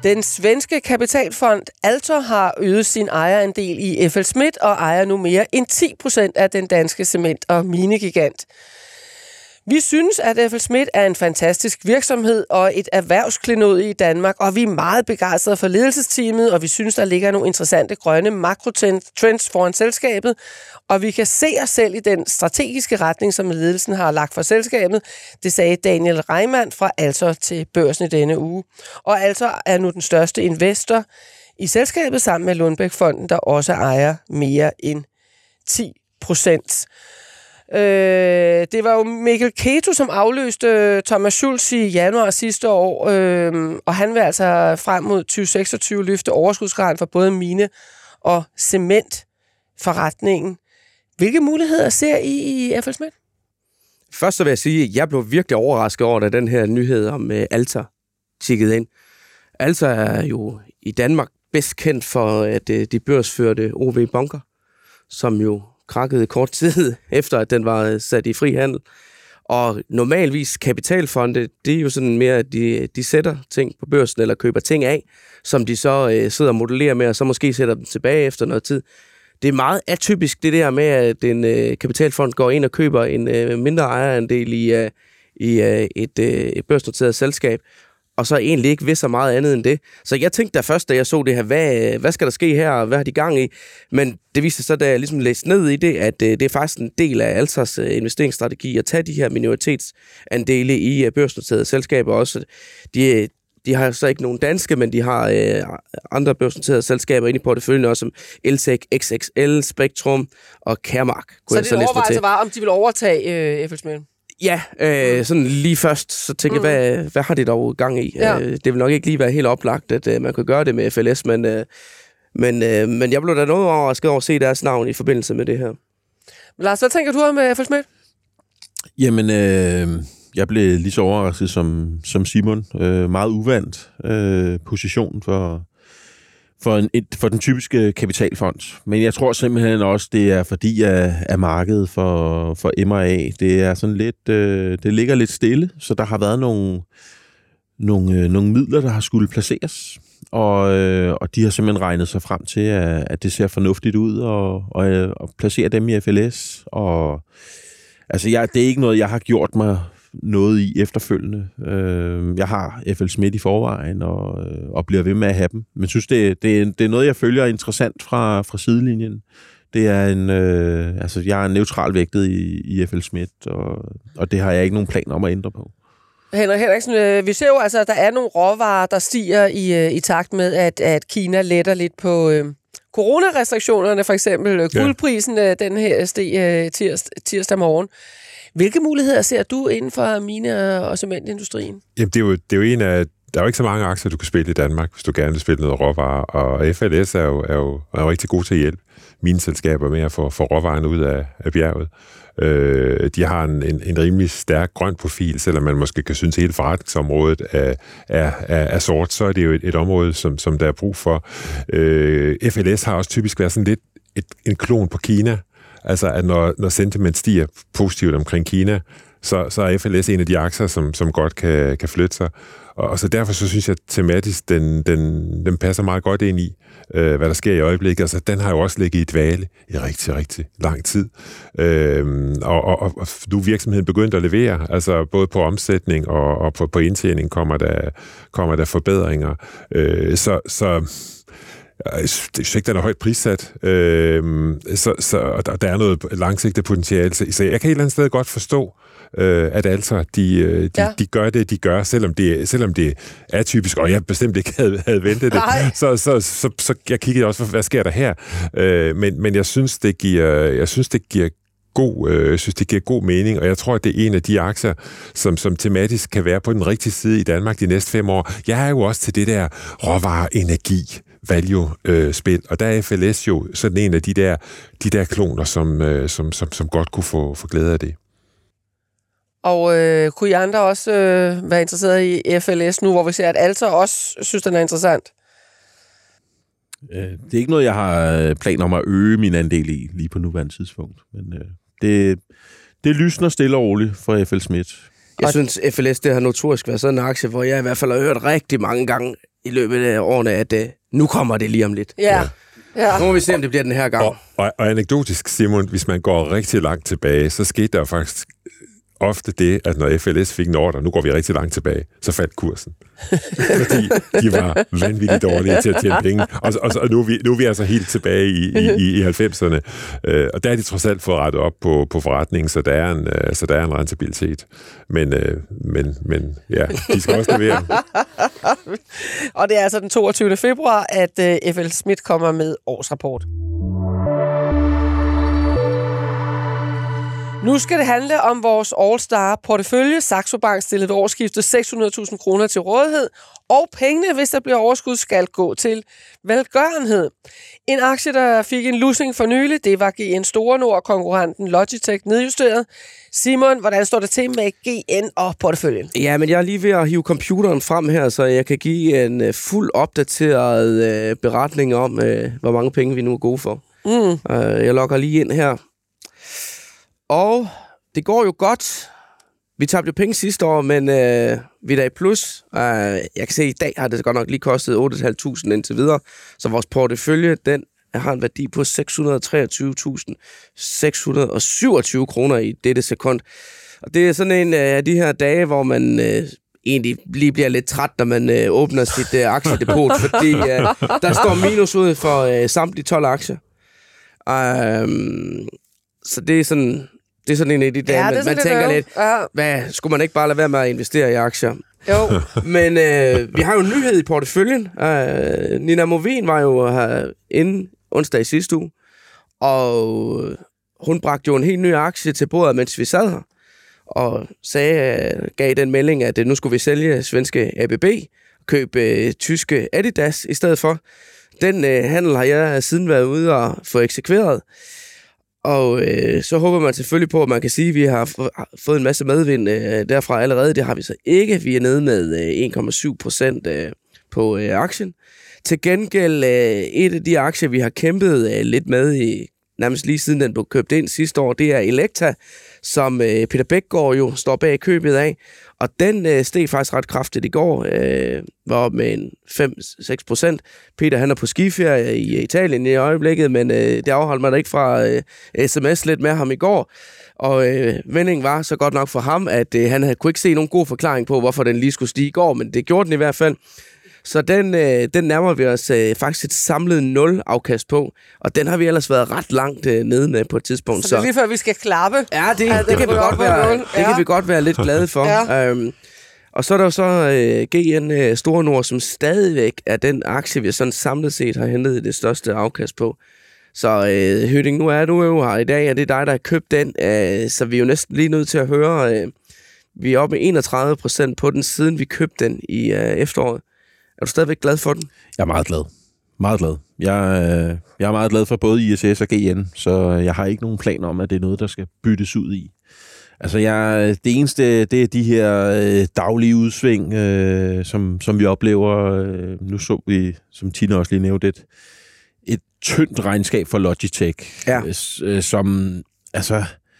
Den svenske kapitalfond Altor har øget sin ejerandel i FLSmidth og ejer nu mere end ti procent af den danske cement- og minegigant. Vi synes, at FLSmidth er en fantastisk virksomhed og et erhvervsklenod i Danmark, og vi er meget begejstrede for ledelsesteamet, og vi synes, der ligger nogle interessante grønne makrotrends foran selskabet, og vi kan se os selv i den strategiske retning, som ledelsen har lagt for selskabet. Det sagde Daniel Reimann fra Altor til Børsen i denne uge. Og Altor er nu den største investor i selskabet sammen med Lundbeck-fonden, der også ejer mere end ti procent. Øh, det var jo Mikkel Keto, som afløste Thomas Schulz i januar sidste år, øh, og han vil altså frem mod tyve seksogtyve løfte overskudsgraden for både mine og cementforretningen. Hvilke muligheder ser I i FLSmidth? Først så vil jeg sige, at jeg blev virkelig overrasket over, da den her nyhed om uh, Altor tikkede ind. Altor er jo i Danmark bedst kendt for, at uh, de børsførte O V Bunker, som jo krakkede kort tid efter, at den var sat i fri handel. Og normalvis kapitalfonde, det er jo sådan mere, at de, de sætter ting på børsen, eller køber ting af, som de så øh, sidder og modellerer med, og så måske sætter dem tilbage efter noget tid. Det er meget atypisk det der med, at en øh, kapitalfond går ind og køber en øh, mindre ejerandel i, øh, i øh, et, øh, et børsnoteret selskab, og så egentlig ikke ved så meget andet end det. Så jeg tænkte da først, da jeg så det her, hvad, hvad skal der ske her, og hvad har de gang i? Men det viste sig så, da jeg ligesom læste ned i det, at det er faktisk en del af Altors investeringsstrategi at tage de her minoritetsandele i børsnoterede selskaber også. De, de har så ikke nogen danske, men de har øh, andre børsnoterede selskaber inde i porteføljen, også som Eltec, X X L, Spektrum og Caremark. Så det overvejelse var, om de vil overtage øh, FLSmidth? Ja, øh, sådan lige først, så tænker mm. jeg, hvad, hvad har de dog gang i? Ja. Øh, det vil nok ikke lige være helt oplagt, at øh, man kan gøre det med F L S, men, øh, men, øh, men jeg blev da noget overrasket over at se deres navn i forbindelse med det her. Lars, hvad tænker du om øh, FLSmidth? Jamen, øh, jeg blev lige så overrasket som, som Simon. Øh, meget uvandt øh, position for... For, en, et, for den typiske kapitalfond. Men jeg tror simpelthen også, det er fordi, at, at markedet for, for M og A, det er sådan lidt, øh, det ligger lidt stille, så der har været nogle, nogle, øh, nogle midler, der har skulle placeres, og, øh, og de har simpelthen regnet sig frem til, at, at det ser fornuftigt ud, og, og, og placere dem i F L S, og altså, jeg, det er ikke noget, jeg har gjort mig noget i efterfølgende. Jeg har FLSmidth i forvejen, og, og bliver ved med at have dem. Men synes, det, det, det er noget, jeg følger interessant fra, fra sidelinjen. Det er en, øh, altså, jeg er neutral vægtet i, i FLSmidth, og, og det har jeg ikke nogen planer om at ændre på. Henrik Henriksen, vi ser jo altså, at der er nogle råvarer, der stiger i, i takt med, at, at Kina letter lidt på øh, coronarestriktionerne, for eksempel guldprisen, ja. Den her steg øh, tirs, tirsdag morgen. Hvilke muligheder ser du inden for mine- og cementindustrien? Jamen, det er jo, det er jo en af... Der er jo ikke så mange aktier, du kan spille i Danmark, hvis du gerne vil spille noget råvarer, og F L S er jo, er jo, er jo rigtig god til at hjælpe mine selskaber med at få, få råvarerne ud af, af bjerget. Øh, de har en, en, en rimelig stærk grøn profil, selvom man måske kan synes, at hele forretningsområdet er, er, er, er sort, så er det jo et, et område, som, som der er brug for. Øh, F L S har også typisk været sådan lidt et, en klon på Kina. Altså, at når, når sentiment stiger positivt omkring Kina, så, så er F L S en af de aktier, som, som godt kan, kan flytte sig. Og, og så derfor så synes jeg, at tematisk, den, den, den passer meget godt ind i, øh, hvad der sker i øjeblikket. Altså, den har jo også ligget i dvale i rigtig, rigtig lang tid. Øh, og, og, og nu er virksomheden begyndt at levere, altså både på omsætning og, og på, på indtjening kommer der, kommer der forbedringer. Øh, så... så Jeg synes ikke, den er højt prissat, øhm, så, så der, der er noget langsigtet potentiale. Så jeg kan et eller andet sted godt forstå, øh, at altså de, de, ja. de gør det, de gør, selvom det, selvom det er typisk, og jeg bestemt ikke havde, havde ventet det. Så, så, så, så jeg kiggede også, hvad sker der her? Øh, men, men jeg synes, det giver, jeg synes, det giver god, øh, jeg synes, det giver god mening, og jeg tror, at det er en af de aktier, som, som tematisk kan være på den rigtige side i Danmark de næste fem år. Jeg er jo også til det der råvarer, energi, value-spil, og der er F L S jo sådan en af de der, de der kloner, som, øh, som, som, som godt kunne få, få glæde af det. Og øh, kunne I andre også øh, være interesseret i F L S nu, hvor vi ser, at Altor også synes, den er interessant? Det er ikke noget, jeg har planer om at øge min andel i lige på nuværende tidspunkt, men øh, det, det lysner stille og roligt for FLSmidth. Jeg synes, F L S det har notorisk været sådan en aktie, hvor jeg i hvert fald har hørt rigtig mange gange, i løbet af årene, at uh, nu kommer det lige om lidt. Ja. Ja. Nu må vi se, om det bliver den her gang. Og, og, og anekdotisk, Simon, hvis man går rigtig langt tilbage, så skete der faktisk ofte det, at når F L S fik en ordre, nu går vi rigtig langt tilbage, så faldt kursen. Fordi de var vanvittigt dårlige til at tjene penge. Og, og, og nu, er vi, nu er vi altså helt tilbage i, i, i halvfemserne. Øh, og der er de trods alt fået rettet op på, på forretningen, så der er en, øh, så der er en rentabilitet. Men, øh, men, men ja, de skal også levere. Og det er altså den toogtyvende februar, at øh, F L Schmidt kommer med årsrapport. Nu skal det handle om vores All-Star-portefølje. Saxo Bank stillede ved årsskiftet seks hundrede tusind kroner til rådighed, og pengene, hvis der bliver overskud, skal gå til velgørenhed. En aktie, der fik en lussing for nylig, det var G N Store Nord, konkurrenten Logitech nedjusteret. Simon, hvordan står det til med G N og porteføljen? Ja, men jeg er lige ved at hive computeren frem her, så jeg kan give en uh, fuld opdateret uh, beretning om, uh, hvor mange penge vi nu er gode for. Mm. Uh, jeg logger lige ind her. Og det går jo godt. Vi tabte jo penge sidste år, men øh, vi er da i plus. Uh, jeg kan se, at i dag har det godt nok lige kostet otte tusind fem hundrede indtil videre. Så vores portefølje, den har en værdi på seks hundrede og treogtyve tusind seks hundrede og syvogtyve kroner i dette sekund. Og det er sådan en af uh, de her dage, hvor man øh, egentlig lige bliver lidt træt, når man øh, åbner sit øh, aktiedepot, fordi øh, der står minus ud for øh, samtlige tolv aktier. Uh, Så det er sådan, det er sådan en af de dage, ja, man, man tænker lidt, ja. Hvad, skulle man ikke bare lade være med at investere i aktier? Jo. Men øh, vi har jo en nyhed i porteføljen. Uh, Nina Movin var jo her inden onsdag i sidste uge, og hun bragte jo en helt ny aktie til bordet, mens vi sad her, og sagde, gav den melding, at nu skulle vi sælge svenske A B B, købe uh, tyske Adidas i stedet for. Den uh, handel har jeg siden været ude og få eksekveret. Og øh, så håber man selvfølgelig på, at man kan sige, at vi har f- fået en masse medvind øh, derfra allerede. Det har vi så ikke. Vi er nede med øh, en komma syv procent øh, på øh, aktien. Til gengæld øh, et af de aktier, vi har kæmpet øh, lidt med i nærmest lige siden den blev købt ind sidste år, det er Elekta, som øh, Peter Bækgaard jo står bag købet af. Og den øh, steg faktisk ret kraftigt i går, øh, var op med en fem til seks procent. Peter han er på skiferie i Italien i øjeblikket, men øh, det afholdt mig da ikke fra øh, sms lidt med ham i går. Og øh, vendingen var så godt nok for ham, at øh, han havde, kunne ikke se nogen god forklaring på, hvorfor den lige skulle stige i går, men det gjorde den i hvert fald. Så den, øh, den nærmer vi os øh, faktisk et samlet nul afkast på, og den har vi ellers været ret langt øh, nede med på et tidspunkt. Så det er lige før, vi skal klappe. Ja, det, ja, det, det, kan, vi godt være, det ja. kan vi godt være lidt glade for. Ja. Øhm, og så er der jo så øh, G N øh, Store Nord, som stadigvæk er den aktie, vi sådan samlet set har hentet det største afkast på. Så øh, Høding, nu er du jo her i dag, og det er dig, der har købt den, øh, så vi er jo næsten lige nødt til at høre, øh, vi er oppe med enogtredive procent på den, siden vi købte den i øh, efteråret. Er du stadigvæk glad for den? Jeg er meget glad. Meget glad. Jeg, øh, jeg er meget glad for både I S S og G N, så jeg har ikke nogen planer om, at det er noget, der skal byttes ud i. Altså, jeg, det eneste, det er de her øh, daglige udsving, øh, som, som vi oplever. Øh, nu så vi, som Tina også lige nævnte, et, et tyndt regnskab for Logitech, ja. øh, som, altså,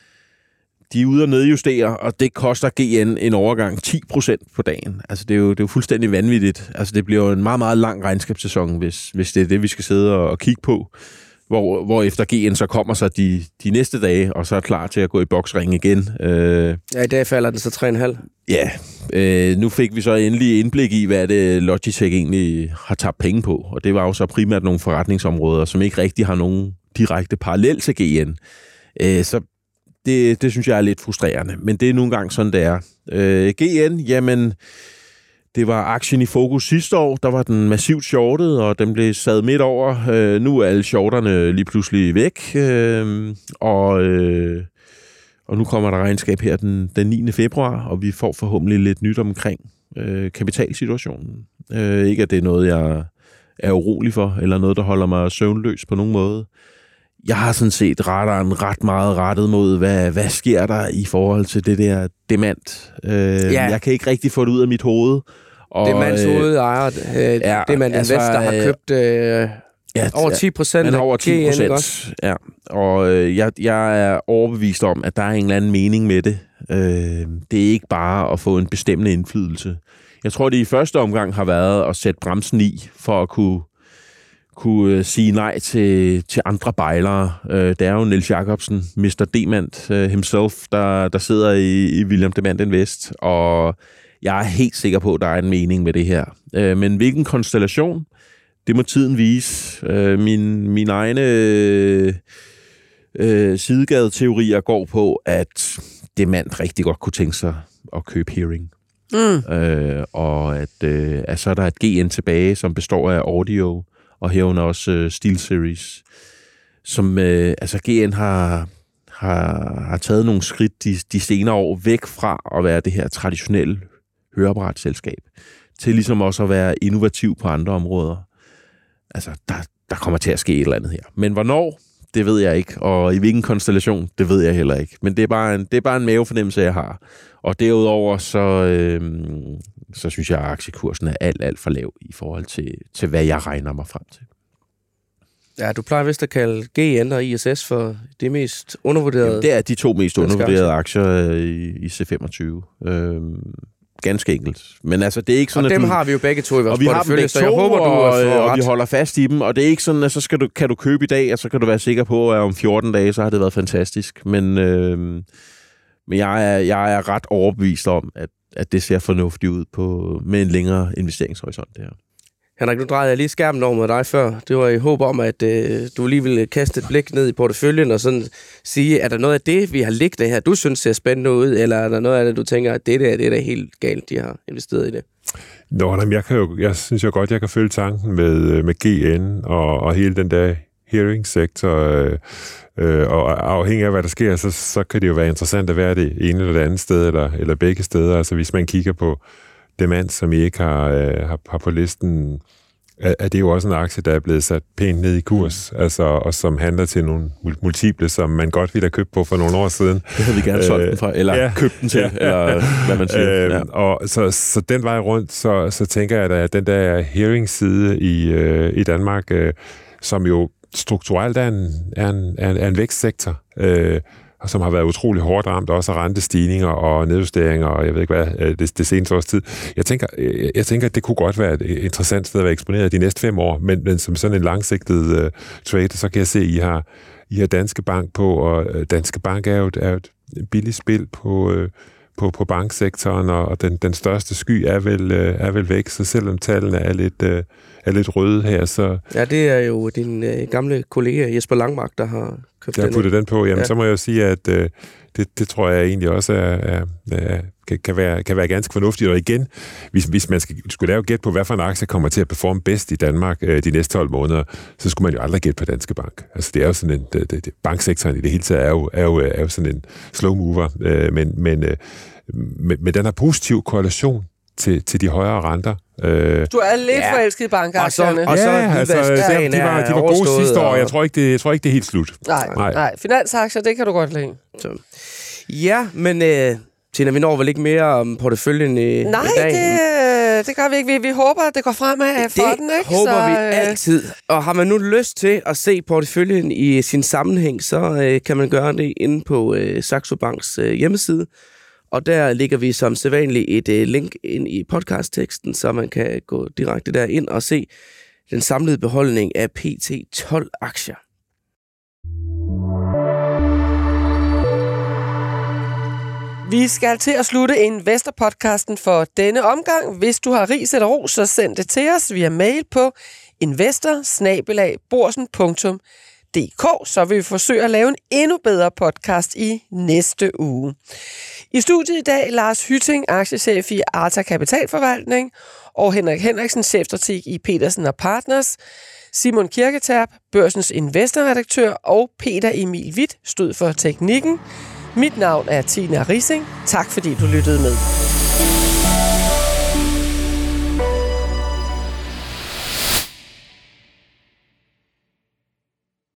de er ude og nedjustere, og det koster G N en overgang ti procent på dagen. Altså, det er jo, det er jo fuldstændig vanvittigt. Altså, det bliver jo en meget, meget lang regnskabssæson, hvis, hvis det er det, vi skal sidde og, og kigge på. Hvor, hvor efter G N så kommer så de, de næste dage, og så er klar til at gå i boksring igen. Øh, ja, i dag falder den så tre komma fem. Ja, øh, nu fik vi så endelig indblik i, hvad det Logitech egentlig har tabt penge på. Og det var jo så primært nogle forretningsområder, som ikke rigtig har nogen direkte parallel til G N. Øh, så det, det synes jeg er lidt frustrerende, men det er nogle gange sådan, det er. Øh, G N, jamen, det var aktien i fokus sidste år, der var den massivt shortet, og den blev sat midt over. Øh, nu er alle shorterne lige pludselig væk, øh, og, øh, og nu kommer der regnskab her den, den niende februar, og vi får forhåbentlig lidt nyt omkring øh, kapitalsituationen. Øh, ikke at det er noget, jeg er urolig for, eller noget, der holder mig søvnløs på nogen måde. Jeg har sådan set radaren ret meget rettet mod, hvad, hvad sker der i forhold til det der demand. Øh, ja. Jeg kan ikke rigtig få det ud af mit hoved. Og, Demands øh, hovedejer, øh, ja, Demand altså, Investor har købt øh, ja, over ti procent. Man over ti procent, ja. Og øh, jeg, jeg er overbevist om, at der er en eller anden mening med det. Øh, det er ikke bare at få en bestemmende indflydelse. Jeg tror, det i første omgang har været at sætte bremsen i, for at kunne, kunne sige nej til, til andre bejlere. Det er jo Niels Jacobsen, mister Demand himself, der, der sidder i, i William Demand Invest, og jeg er helt sikker på, at der er en mening med det her. Men hvilken konstellation, det må tiden vise. Min, min egne øh, sidegadeteorier går på, at Demand rigtig godt kunne tænke sig at købe Hearing. Mm. Øh, og at, øh, at så er der et G N tilbage, som består af audio, og herunder også øh, SteelSeries, som øh, altså G N har, har, har taget nogle skridt de, de senere år væk fra at være det her traditionelle høreapparatselskab, til ligesom også at være innovativ på andre områder. Altså, der, der kommer til at ske et eller andet her. Men hvornår, det ved jeg ikke, og i hvilken konstellation, det ved jeg heller ikke. Men det er bare en, det er bare en mavefornemmelse, jeg har. Og derudover, så, øh, så synes jeg, at aktiekursen er alt, alt for lav i forhold til, til, hvad jeg regner mig frem til. Ja, du plejer vist at kalde G N og I S S for det mest undervurderede. Jamen, det er de to mest undervurderede aktier i, i C femogtyve. Øh, ganske enkelt. Men altså, det er ikke sådan, og at dem du, har vi jo begge to i vores portefølje, så jeg håber, du og, og, og vi holder fast i dem. Og det er ikke sådan, at så skal du, kan du købe i dag, og så kan du være sikker på, at om fjorten dage, så har det været fantastisk. Men, øh, men jeg, er, jeg er ret overbevist om, at, at det ser fornuftigt ud på, med en længere investeringshorisont, det her. Henrik, nu drejede jeg lige skærmen over med dig før. Det var i håb om, at øh, du lige ville kaste et blik ned i porteføljen og sådan sige, er der noget af det, vi har liggende her, du synes ser spændende ud, eller er der noget af det, du tænker, at det der, det er da helt galt, de har investeret i det? Nå, jamen, jeg, kan jo, jeg synes jo godt, jeg kan følge tanken med, med G N og, og hele den der hearing-sektor, øh, øh, og afhængig af, hvad der sker, så, så kan det jo være interessant at være det ene eller det andet sted, eller, eller begge steder. Altså hvis man kigger på Demand, som I ikke har, øh, har, har på listen, er, er det jo også en aktie, der er blevet sat pænt ned i kurs, mm. altså, og som handler til nogle multiple, som man godt ville have købt på for nogle år siden. Det havde vi gerne solgt den fra, eller ja, købt den til, ja, eller hvad man siger. Øh, ja. Og så, så den vej rundt, så, så tænker jeg, at den der hearing-side i, øh, i Danmark, øh, som jo strukturelt er en, er en, er en, er en vækstsektor, øh, og som har været utrolig hårdt ramt, også af rentestigninger og nedjusteringer, og jeg ved ikke hvad, det, det seneste års tid. Jeg tænker, jeg, jeg tænker, at det kunne godt være et interessant sted at være eksponeret de næste fem år, men, men som sådan en langsigtet uh, trade, så kan jeg se, at I har, I har Danske Bank på, og Danske Bank er jo et, er et billigt spil på, uh, på, på banksektoren, og den, den største sky er vel, uh, er vel væk, så selvom tallene er lidt, uh, er lidt røde her, så... Ja, det er jo din uh, gamle kollega Jesper Langmark, der har købt jeg den. Jeg puttet den på. Jamen, ja. Så må jeg jo sige, at uh, det, det tror jeg egentlig også er, er, er, kan, kan, være, kan være ganske fornuftigt. Og igen, hvis, hvis man skal, skulle lave gæt på, hvad for en aktie kommer til at performe bedst i Danmark uh, de næste tolv måneder, så skulle man jo aldrig gætte på Danske Bank. Altså, det er jo sådan en... Det, det, banksektoren i det hele taget er jo, er jo, er jo sådan en slow mover, uh, men, men, uh, men, men den har positiv korrelation til, til de højere renter. Øh, du er lidt ja. forelsket i bankaktierne. Og så, og så ja, altså, ja, de var, de var gode sidste år, og jeg tror, ikke, det, jeg tror ikke, det er helt slut. Nej, nej. nej. Finansaktier, det kan du godt lide. Så. Ja, men øh, Tina, vi når vel ikke mere om porteføljen i Nej, dag? det, det gør vi ikke. Vi, vi håber, at det går fremad for det den, ikke? Det håber så, vi altid. Og har man nu lyst til at se porteføljen i sin sammenhæng, så øh, kan man gøre det inde på øh, Saxo Banks øh, hjemmeside. Og der ligger vi som sædvanligt et øh, link ind i podcastteksten, så man kan gå direkte derind og se den samlede beholdning af P T tolv aktier. Vi skal til at slutte Investor-podcasten for denne omgang. Hvis du har ris eller ros, så send det til os via mail på investor bindestreg borsen punktum d k, så vil vi forsøge at lave en endnu bedre podcast i næste uge. I studiet i dag Lars Hytting, aktiechef i Arta Kapitalforvaltning, og Henrik Henriksen, chefstrateg i Petersen og Partners, Simon Kirketerp, Børsens investorredaktør, og Peter Emil Witt stod for teknikken. Mit navn er Tina Rising. Tak fordi du lyttede med.